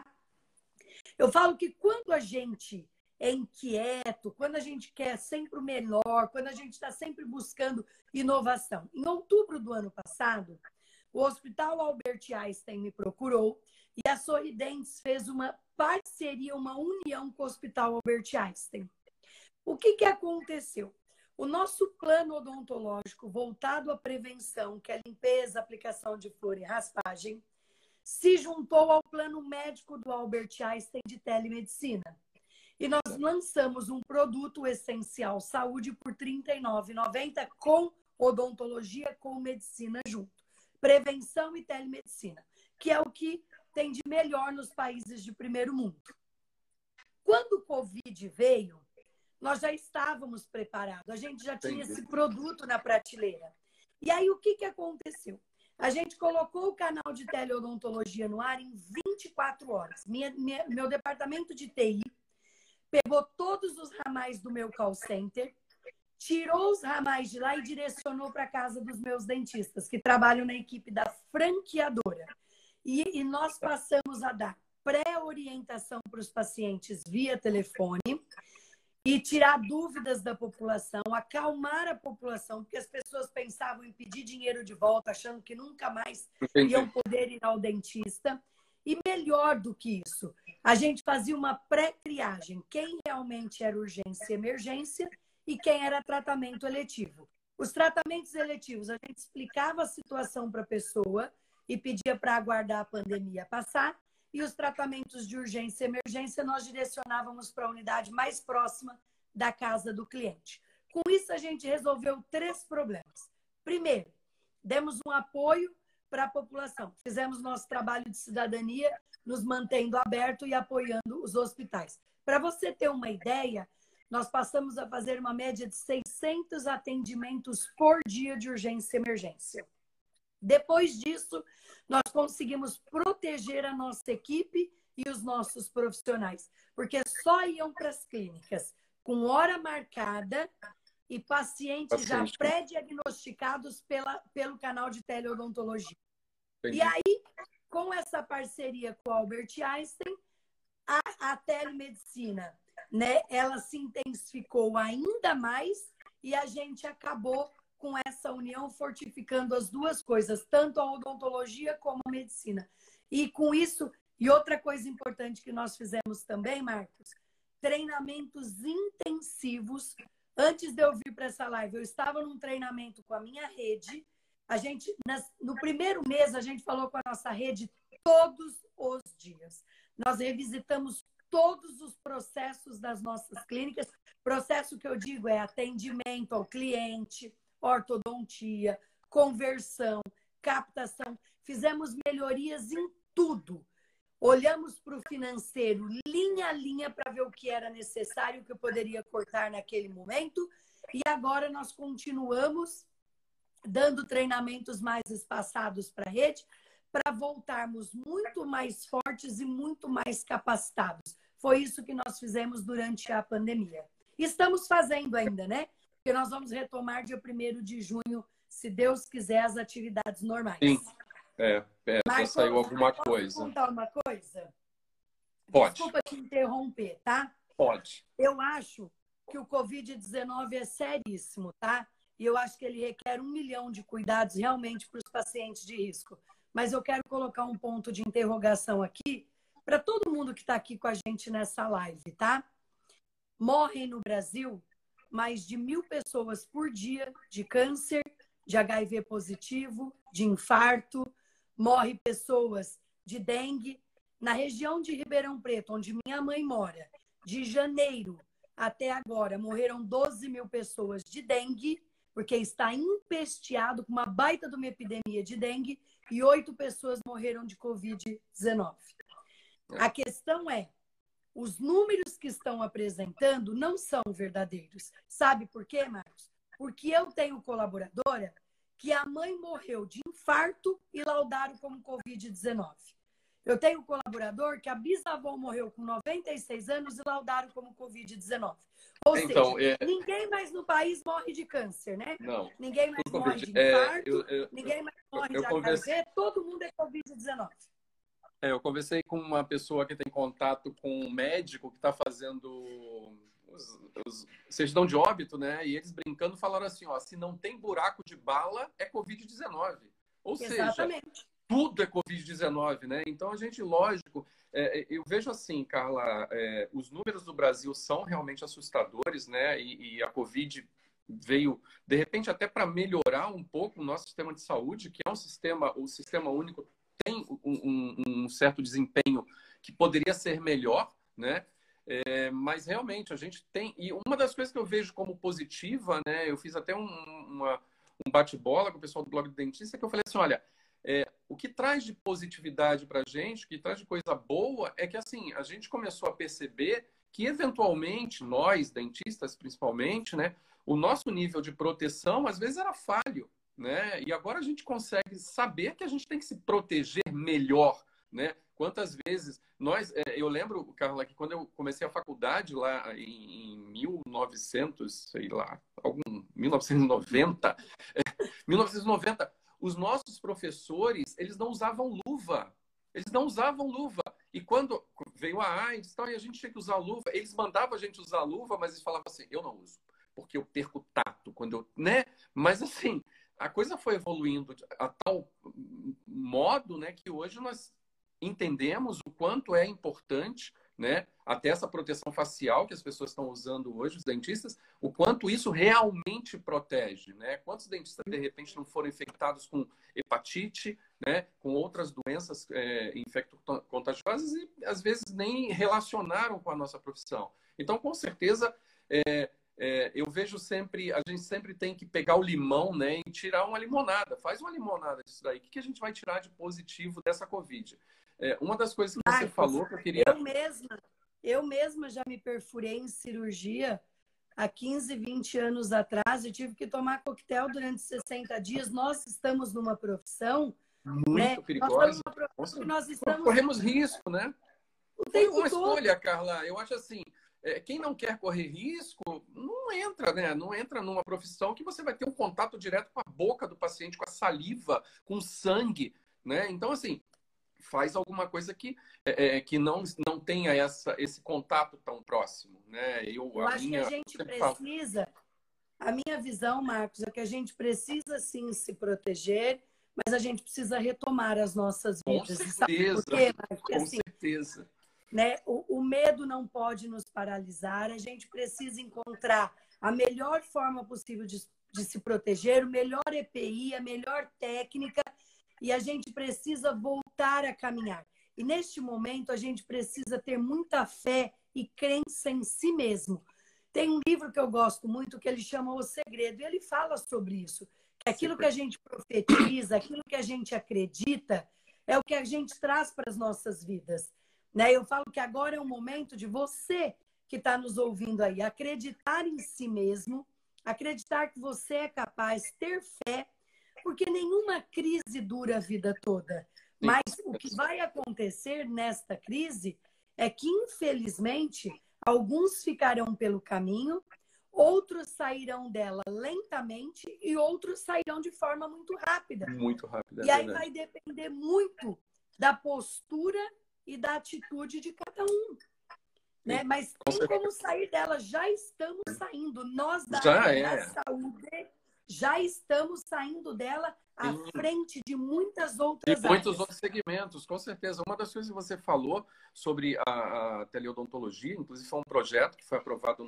Eu falo que quando a gente é inquieto, quando a gente quer sempre o melhor, quando a gente está sempre buscando inovação. Em outubro do ano passado, o Hospital Albert Einstein me procurou e a Sorridentes fez uma parceria, uma união com o Hospital Albert Einstein. O que aconteceu? O nosso plano odontológico voltado à prevenção, que é limpeza, aplicação de flúor e raspagem, se juntou ao plano médico do Albert Einstein de telemedicina. E nós lançamos um produto essencial saúde por R$ 39,90 com odontologia, com medicina junto. Prevenção e telemedicina, que é o que tem de melhor nos países de primeiro mundo. Quando o Covid veio, nós já estávamos preparados, a gente já tinha esse produto na prateleira. E aí, o que aconteceu? A gente colocou o canal de teleodontologia no ar em 24 horas. Meu departamento de TI pegou todos os ramais do meu call center, tirou os ramais de lá e direcionou para a casa dos meus dentistas, que trabalham na equipe da franqueadora. E nós passamos a dar pré-orientação para os pacientes via telefone e tirar dúvidas da população, acalmar a população, porque as pessoas pensavam em pedir dinheiro de volta, achando que nunca mais iam poder ir ao dentista. E melhor do que isso, a gente fazia uma pré-triagem. Quem realmente era urgência e emergência e quem era tratamento eletivo. Os tratamentos eletivos, a gente explicava a situação para a pessoa e pedia para aguardar a pandemia passar. E os tratamentos de urgência e emergência, nós direcionávamos para a unidade mais próxima da casa do cliente. Com isso, a gente resolveu 3 problemas. Primeiro, demos um apoio para a população. Fizemos nosso trabalho de cidadania, nos mantendo aberto e apoiando os hospitais. Para você ter uma ideia, nós passamos a fazer uma média de 600 atendimentos por dia de urgência e emergência. Depois disso, nós conseguimos proteger a nossa equipe e os nossos profissionais, porque só iam para as clínicas com hora marcada e pacientes já pré-diagnosticados pelo canal de teleodontologia. Entendi. E aí, com essa parceria com o Albert Einstein, a telemedicina, né, ela se intensificou ainda mais e a gente acabou com essa união fortificando as duas coisas, tanto a odontologia como a medicina. E com isso, e outra coisa importante que nós fizemos também, Marcos, treinamentos intensivos. Antes de eu vir para essa live, eu estava num treinamento com a minha rede. No primeiro mês, a gente falou com a nossa rede todos os dias. Nós revisitamos todos os processos das nossas clínicas. Processo que eu digo é atendimento ao cliente, ortodontia, conversão, captação. Fizemos melhorias em tudo. Olhamos para o financeiro, linha a linha, para ver o que era necessário, o que eu poderia cortar naquele momento. E agora nós continuamos dando treinamentos mais espaçados para a rede, para voltarmos muito mais fortes e muito mais capacitados. Foi isso que nós fizemos durante a pandemia. Estamos fazendo ainda, né? Porque nós vamos retomar dia 1º de junho, se Deus quiser, as atividades normais. Sim, já saiu alguma coisa. Posso contar uma coisa? Pode. Desculpa te interromper, tá? Pode. Eu acho que o Covid-19 é seríssimo, tá? E eu acho que ele requer 1 milhão de cuidados realmente para os pacientes de risco. Mas eu quero colocar um ponto de interrogação aqui para todo mundo que está aqui com a gente nessa live, tá? Morrem no Brasil mais de 1.000 pessoas por dia de câncer, de HIV positivo, de infarto. Morre pessoas de dengue. Na região de Ribeirão Preto, onde minha mãe mora, de janeiro até agora, morreram 12.000 pessoas de dengue, porque está empesteado com uma baita de uma epidemia de dengue, e 8 pessoas morreram de Covid-19. A questão é, os números que estão apresentando não são verdadeiros. Sabe por quê, Marcos? Porque eu tenho colaboradora que a mãe morreu de infarto e laudaram como Covid-19. Eu tenho um colaborador que a bisavó morreu com 96 anos e laudaram como Covid-19. Ou seja, ninguém mais no país morre de câncer, né? Não. Ninguém mais morre de infarto, ninguém mais morre de HIV, todo mundo é Covid-19. Eu conversei com uma pessoa que tem contato com um médico que está fazendo certidão de óbito, né? E eles brincando falaram assim, ó, se não tem buraco de bala, é Covid-19. Ou seja, Exatamente. tudo é Covid-19, né? Então, a gente, lógico, eu vejo assim, Carla, os números do Brasil são realmente assustadores, né? E a Covid veio, de repente, até para melhorar um pouco o nosso sistema de saúde, que é um sistema, o sistema único tem um certo desempenho que poderia ser melhor, né? Mas realmente a gente tem. E uma das coisas que eu vejo como positiva, né? Eu fiz até um bate-bola com o pessoal do blog do dentista, que eu falei assim: olha, o que traz de positividade para a gente, o que traz de coisa boa, é que assim, a gente começou a perceber que, eventualmente, nós, dentistas principalmente, né? O nosso nível de proteção, às vezes, era falho, né? E agora a gente consegue saber que a gente tem que se proteger melhor, né? Quantas vezes eu lembro, Carla, que quando eu comecei a faculdade lá em 1900, sei lá, 1990, 1990, os nossos professores, eles não usavam luva. Eles não usavam luva. E quando veio a AIDS e tal, e a gente tinha que usar luva, eles mandavam a gente usar luva, mas eles falavam assim, eu não uso, porque eu perco tato quando eu, né? Mas assim, a coisa foi evoluindo a tal modo, né, que hoje nós entendemos o quanto é importante, né, até essa proteção facial que as pessoas estão usando hoje, os dentistas, o quanto isso realmente protege, né? Quantos dentistas, de repente, não foram infectados com hepatite, né, com outras doenças infecto-contagiosas e, às vezes, nem relacionaram com a nossa profissão. Então, com certeza, eu vejo sempre, a gente sempre tem que pegar o limão, né, e tirar uma limonada. Faz uma limonada disso daí. O que a gente vai tirar de positivo dessa Covid? Uma das coisas que você falou que eu queria... Eu mesma já me perfurei em cirurgia há 15, 20 anos atrás. Eu tive que tomar coquetel durante 60 dias. Nós estamos numa profissão, muito né? perigosa. Nós estamos corremos risco, né? o Foi tempo uma todo. escolha, Carla. Eu acho assim, quem não quer correr risco, não entra, né? Não entra numa profissão que você vai ter um contato direto com a boca do paciente, com a saliva, com o sangue, né? Então, assim, faz alguma coisa que não tenha esse contato tão próximo, né? Eu acho que a gente precisa, a minha visão, Marcos, é que a gente precisa sim se proteger, mas a gente precisa retomar as nossas vidas. Com Sabe por certeza, quê, Marcos? Porque, com assim, certeza. né, o medo não pode nos paralisar, a gente precisa encontrar a melhor forma possível de se proteger, o melhor EPI, a melhor técnica, e a gente precisa voltar a caminhar. E neste momento a gente precisa ter muita fé e crença em si mesmo. Tem um livro que eu gosto muito que ele chama O Segredo, e ele fala sobre isso. Que aquilo que a gente profetiza, aquilo que a gente acredita, é o que a gente traz para as nossas vidas. Né? Eu falo que agora é o momento de você que está nos ouvindo aí acreditar em si mesmo, acreditar que você é capaz, ter fé, porque nenhuma crise dura a vida toda. Mas o que vai acontecer nesta crise é que, infelizmente, alguns ficarão pelo caminho, outros sairão dela lentamente e outros sairão de forma muito rápida. Muito rápida. E aí vai depender muito da postura e da atitude de cada um. Né? Mas tem como sair dela. Já estamos saindo. Nós da área da saúde já estamos saindo dela à frente de muitas outras áreas. Muitos outros segmentos, com certeza. Uma das coisas que você falou sobre a teleodontologia, inclusive foi um projeto que foi aprovado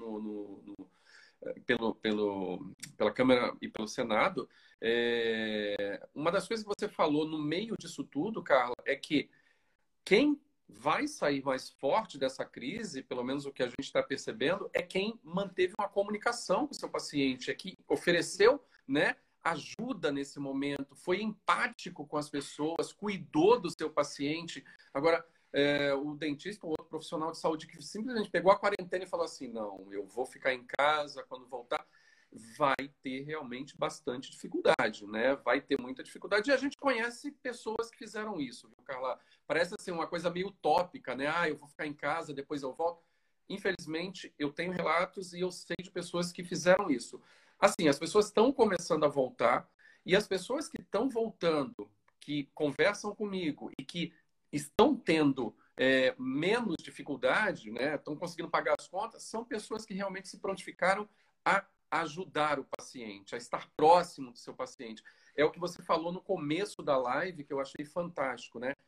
pela Câmara e pelo Senado. Uma das coisas que você falou no meio disso tudo, Carla, é que quem vai sair mais forte dessa crise, pelo menos o que a gente está percebendo, é quem manteve uma comunicação com o seu paciente, é que ofereceu, né, ajuda nesse momento, foi empático com as pessoas, cuidou do seu paciente. Agora, o dentista ou outro profissional de saúde que simplesmente pegou a quarentena e falou assim, não, eu vou ficar em casa quando voltar, vai ter realmente bastante dificuldade, né? Vai ter muita dificuldade. E a gente conhece pessoas que fizeram isso, viu, Carla? Parece assim uma coisa meio utópica, né? Eu vou ficar em casa, depois eu volto. Infelizmente, eu tenho relatos e eu sei de pessoas que fizeram isso. Assim, as pessoas estão começando a voltar e as pessoas que estão voltando, que conversam comigo e que estão tendo menos dificuldade, né? Estão conseguindo pagar as contas, são pessoas que realmente se prontificaram a ajudar o paciente, a estar próximo do seu paciente. é o que você falou no começo da live, que eu achei fantástico, né?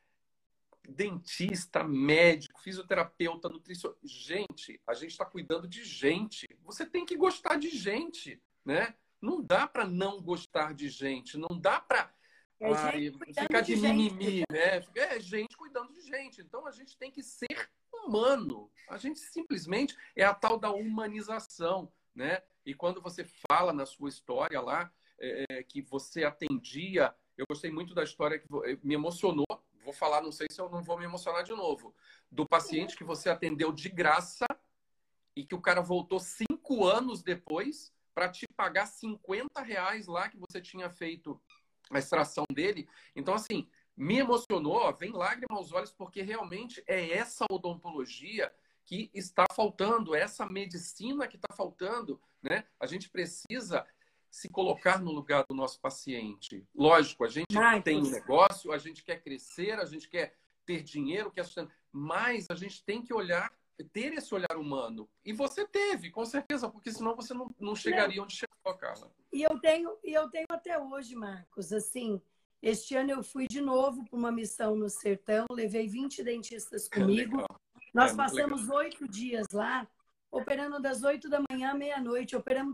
Dentista, médico, fisioterapeuta, nutricionista. Gente, a gente está cuidando de gente. Você tem que gostar de gente, né? Não dá para não gostar de gente. Não dá para ficar de mimimi, né? É gente cuidando de gente. Então, a gente tem que ser humano. A gente simplesmente é a tal da humanização, né? E quando você fala na sua história lá, que você atendia... Eu gostei muito da história que me emocionou. Vou falar, não sei se eu não vou me emocionar de novo. Do paciente que você atendeu de graça e que o cara voltou 5 anos depois para te pagar R$ 50 lá que você tinha feito a extração dele. Então, assim, me emocionou, vem lágrima aos olhos, porque realmente é essa odontologia que está faltando, essa medicina que está faltando, né? A gente precisa se colocar no lugar do nosso paciente. Lógico, a gente tem um negócio, a gente quer crescer, a gente quer ter dinheiro, mas a gente tem que olhar, ter esse olhar humano. E você teve, com certeza, porque senão você não chegaria onde chegou, Carla. E eu tenho até hoje, Marcos. Assim, este ano eu fui de novo para uma missão no sertão, levei 20 dentistas comigo. Nós passamos 8 dias lá, operando das 8 da manhã à meia-noite, operamos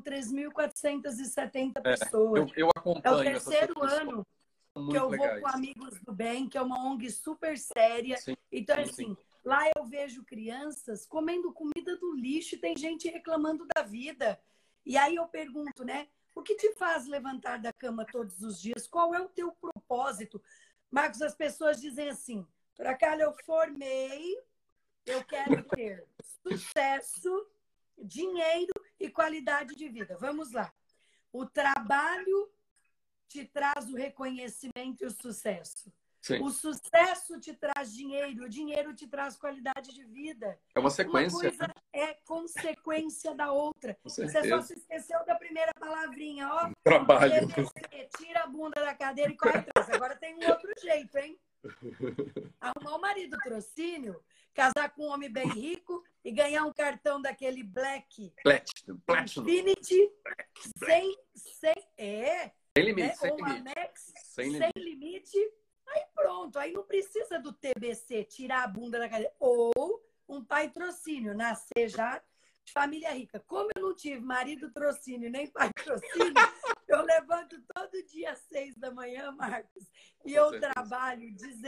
3.470 pessoas. Eu acompanho. É o terceiro ano que eu vou com Amigos do Bem, que é uma ONG super séria. Sim, então, assim, lá eu vejo crianças comendo comida do lixo e tem gente reclamando da vida. E aí eu pergunto, né? O que te faz levantar da cama todos os dias? Qual é o teu propósito? Marcos, as pessoas dizem assim, Carla, eu formei, eu quero ter sucesso, dinheiro e qualidade de vida. Vamos lá. O trabalho te traz o reconhecimento e o sucesso. Sim. O sucesso te traz dinheiro, o dinheiro te traz qualidade de vida. É uma sequência. Uma coisa é consequência da outra. Você só se esqueceu da primeira palavrinha, ó. Trabalho. Tira a bunda da cadeira e corre atrás. Agora tem um outro jeito, hein? Arrumar um marido trocínio, casar com um homem bem rico e ganhar um cartão daquele Black Infinity sem limite, sem ou uma limite. Max sem limite. Aí pronto, aí não precisa do TBC, tirar a bunda da cadeira. Ou um pai trocínio, nascer já de família rica. Como eu não tive marido trocínio nem pai trocínio, eu levanto todo dia às 6 da manhã, Marcos, e eu trabalho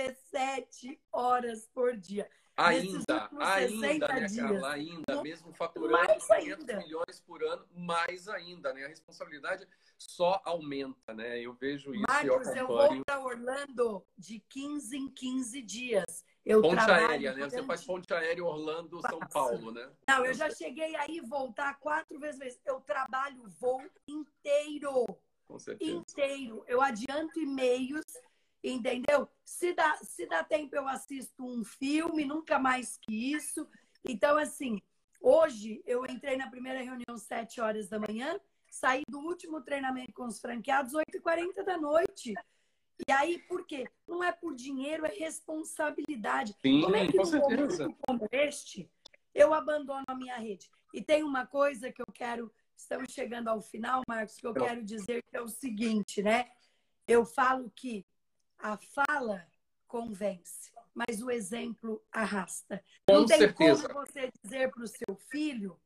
17 horas por dia. Ainda, né, Carla? Ainda, mesmo faturando 500 milhões por ano, mais ainda, né? A responsabilidade só aumenta, né? Eu vejo isso. Marcos, eu vou para Orlando de 15 em 15 dias. Ponte aérea, né? Você faz ponte aérea Orlando-São Paulo, né? Não, eu já cheguei aí voltar 4 vezes. Eu trabalho o voo inteiro. Com certeza. Inteiro. Eu adianto e-mails, entendeu? Se dá tempo, eu assisto um filme, nunca mais que isso. Então, assim, hoje eu entrei na primeira reunião 7 horas da manhã, saí do último treinamento com os franqueados 8h40 da noite. E aí, por quê? Não é por dinheiro, é responsabilidade. Sim, como é que com num momento como este, eu abandono a minha rede? E tem uma coisa que eu quero... Estamos chegando ao final, Marcos, que eu quero dizer que é o seguinte, né? Eu falo que a fala convence, mas o exemplo arrasta. Não tem como você dizer para o seu filho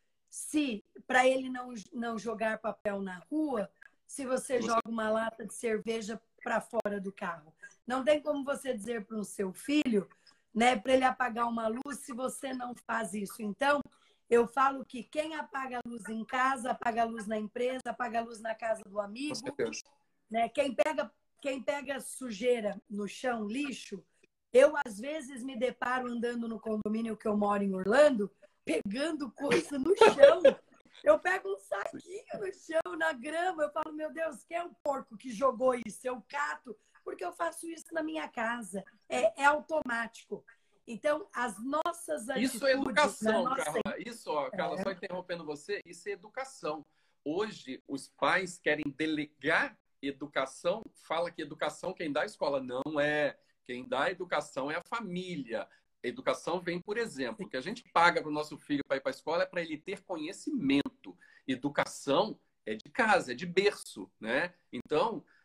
se para ele não jogar papel na rua, se você joga uma lata de cerveja para fora do carro. Não tem como você dizer para o seu filho, né, para ele apagar uma luz se você não faz isso. Então, eu falo que quem apaga a luz em casa, apaga a luz na empresa, apaga a luz na casa do amigo, né? Quem pega sujeira no chão, lixo, eu às vezes me deparo andando no condomínio que eu moro em Orlando, pegando coisa no chão. Eu pego um saquinho no chão, na grama, eu falo, meu Deus, quem é o porco que jogou isso? Eu cato, porque eu faço isso na minha casa. É automático. Então, as nossas atitudes... Isso é educação, Carla. Isso, Carla, só interrompendo você, isso é educação. Hoje, os pais querem delegar educação, fala que educação quem dá a escola. Não é. Quem dá a educação é a família. A educação vem por exemplo. O que a gente paga para o nosso filho para ir para a escola é para ele ter conhecimento. Educação é de casa, é de berço, né? Então,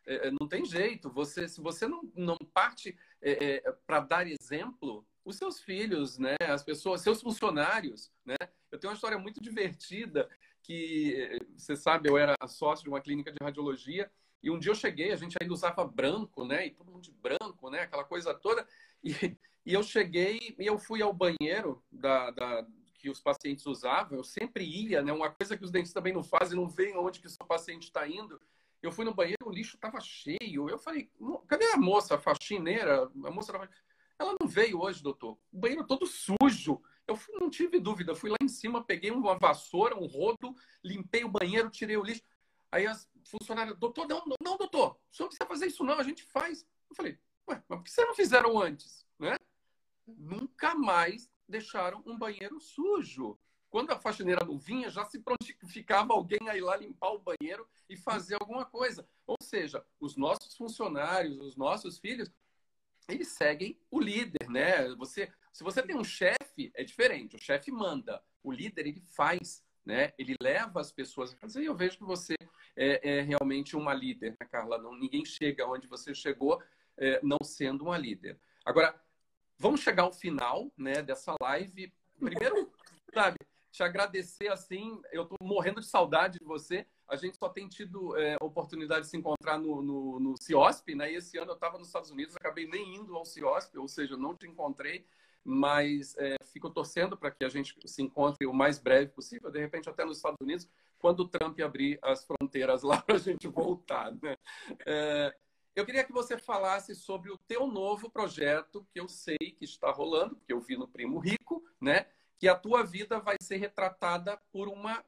Não tem jeito. Se você não parte para dar exemplo, os seus filhos, né, as pessoas, seus funcionários, né? Eu tenho uma história muito divertida que, você sabe, eu era sócio de uma clínica de radiologia e um dia eu cheguei, a gente ainda usava branco, né? E todo mundo de branco, né? Aquela coisa toda. E, e eu cheguei e eu fui ao banheiro que os pacientes usavam. Eu sempre ia, né? Uma coisa que os dentistas também não fazem, não veem onde que o seu paciente está indo. Eu fui no banheiro, o lixo estava cheio. Eu falei, cadê a moça, a faxineira? A moça ela não veio hoje, doutor. O banheiro todo sujo. Não tive dúvida. Fui lá em cima, peguei uma vassoura, um rodo, limpei o banheiro, tirei o lixo. Aí as funcionárias, doutor, não, doutor, o senhor não precisa fazer isso não, a gente faz. Eu falei, ué, mas por que vocês não fizeram antes? Né? Nunca mais deixaram um banheiro sujo. Quando a faxineira não vinha, já se prontificava alguém a ir lá limpar o banheiro e fazer alguma coisa. Ou seja, os nossos funcionários, os nossos filhos, eles seguem o líder, né? Se você tem um chefe, é diferente. O chefe manda. O líder, ele faz, né? Ele leva as pessoas a fazer. E eu vejo que você é realmente uma líder, né, Carla? Ninguém chega onde você chegou não sendo uma líder. Agora, vamos chegar ao final, né, dessa live. Primeiro, sabe, te agradecer, assim, eu tô morrendo de saudade de você. A gente só tem tido oportunidade de se encontrar no CIOSP, né? E esse ano eu estava nos Estados Unidos, acabei nem indo ao CIOSP, ou seja, não te encontrei, mas fico torcendo para que a gente se encontre o mais breve possível, de repente até nos Estados Unidos, quando o Trump abrir as fronteiras lá para a gente voltar, né? Eu queria que você falasse sobre o teu novo projeto, que eu sei que está rolando, porque eu vi no Primo Rico, né? Que a tua vida vai ser retratada por uma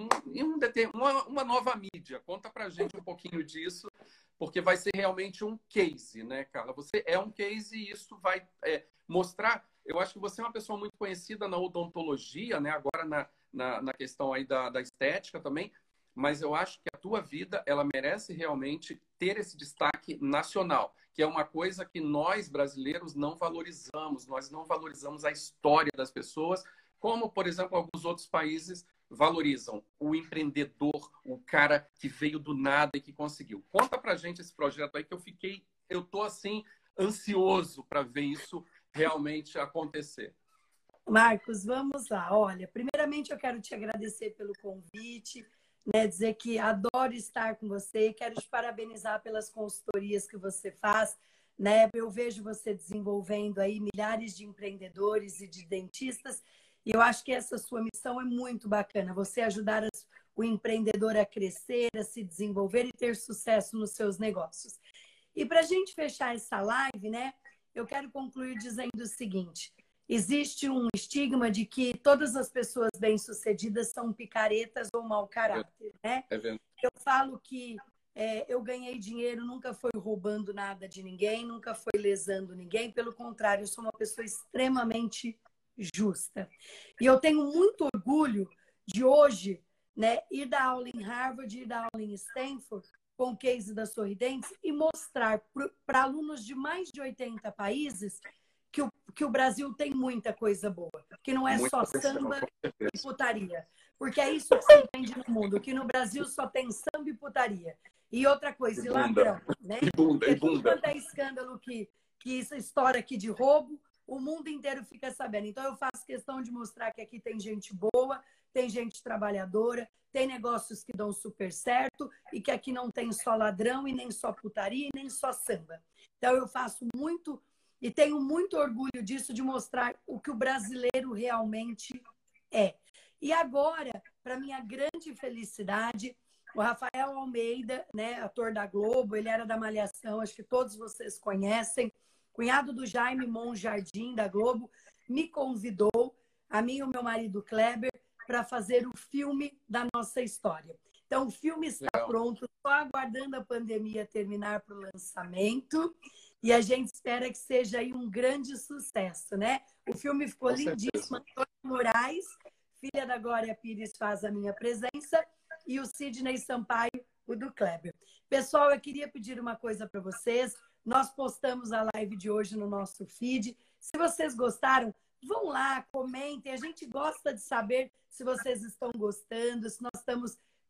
nova mídia. Conta pra gente um pouquinho disso, porque vai ser realmente um case, né, Carla? Você é um case e isso vai mostrar... Eu acho que você é uma pessoa muito conhecida na odontologia, né? Agora na questão aí da estética também, mas eu acho que a tua vida, ela merece realmente ter esse destaque nacional, que é uma coisa que nós, brasileiros, não valorizamos. Nós não valorizamos a história das pessoas, como, por exemplo, alguns outros países valorizam o empreendedor, o cara que veio do nada e que conseguiu. Conta pra gente esse projeto aí que eu tô assim ansioso para ver isso realmente acontecer. Marcos, vamos lá. Olha, primeiramente eu quero te agradecer pelo convite, né? Dizer que adoro estar com você, quero te parabenizar pelas consultorias que você faz, né? Eu vejo você desenvolvendo aí milhares de empreendedores e de dentistas, e eu acho que essa sua missão é muito bacana, você ajudar o empreendedor a crescer, a se desenvolver e ter sucesso nos seus negócios. E para a gente fechar essa live, né? Eu quero concluir dizendo o seguinte: existe um estigma de que todas as pessoas bem-sucedidas são picaretas ou mau caráter, né? Eu falo que eu ganhei dinheiro, nunca foi roubando nada de ninguém, nunca foi lesando ninguém. Pelo contrário, eu sou uma pessoa extremamente justa. E eu tenho muito orgulho de hoje, né, ir dar aula em Harvard, ir dar aula em Stanford, com o case da Sorridentes, e mostrar para alunos de mais de 80 países que o Brasil tem muita coisa boa, que não é só samba e putaria. Porque é isso que se entende no mundo, que no Brasil só tem samba e putaria. E outra coisa, e ladrão, né? Porque tudo quanto é escândalo que isso estoura aqui de roubo, o mundo inteiro fica sabendo. Então eu faço questão de mostrar que aqui tem gente boa, tem gente trabalhadora, tem negócios que dão super certo e que aqui não tem só ladrão e nem só putaria e nem só samba. Então eu faço muito e tenho muito orgulho disso, de mostrar o que o brasileiro realmente é. E agora, para minha grande felicidade, o Rafael Almeida, né, ator da Globo, ele era da Malhação, acho que todos vocês conhecem, cunhado do Jaime Monjardim, da Globo, me convidou, a mim e o meu marido Kleber, para fazer o filme da nossa história. Então, o filme está pronto, só aguardando a pandemia terminar para o lançamento, e a gente espera que seja aí um grande sucesso, né? O filme ficou lindíssimo. Antônio Moraes, filha da Glória Pires, faz a minha presença, e o Sidney Sampaio, o do Kleber. Pessoal, eu queria pedir uma coisa para vocês. Nós postamos a live de hoje no nosso feed. Se vocês gostaram, vão lá, comentem. A gente gosta de saber se vocês estão gostando, se nós estamos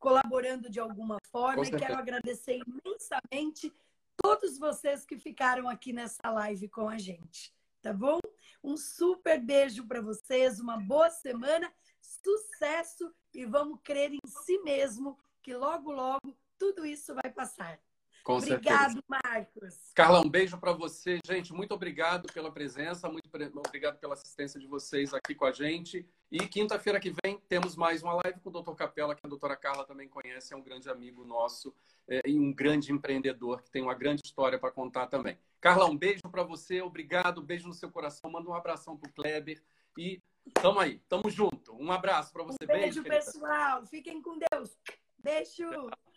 colaborando de alguma forma. Com E quero certeza. agradecer imensamente todos vocês que ficaram aqui nessa live com a gente, tá bom? Um super beijo para vocês, uma boa semana, sucesso e vamos crer em si mesmo que logo, logo tudo isso vai passar. Com Obrigado, certeza. Marcos. Carla, um beijo para você. Gente, muito obrigado pela presença, muito obrigado pela assistência de vocês aqui com a gente. E quinta-feira que vem temos mais uma live com o Dr. Capela, que a doutora Carla também conhece, é um grande amigo nosso e um grande empreendedor que tem uma grande história para contar também. Carla, um beijo para você, obrigado, beijo no seu coração, manda um abração para o Kleber e tamo aí, tamo junto. Um abraço para você. Um beijo, querida. pessoal. Fiquem com Deus. Beijo.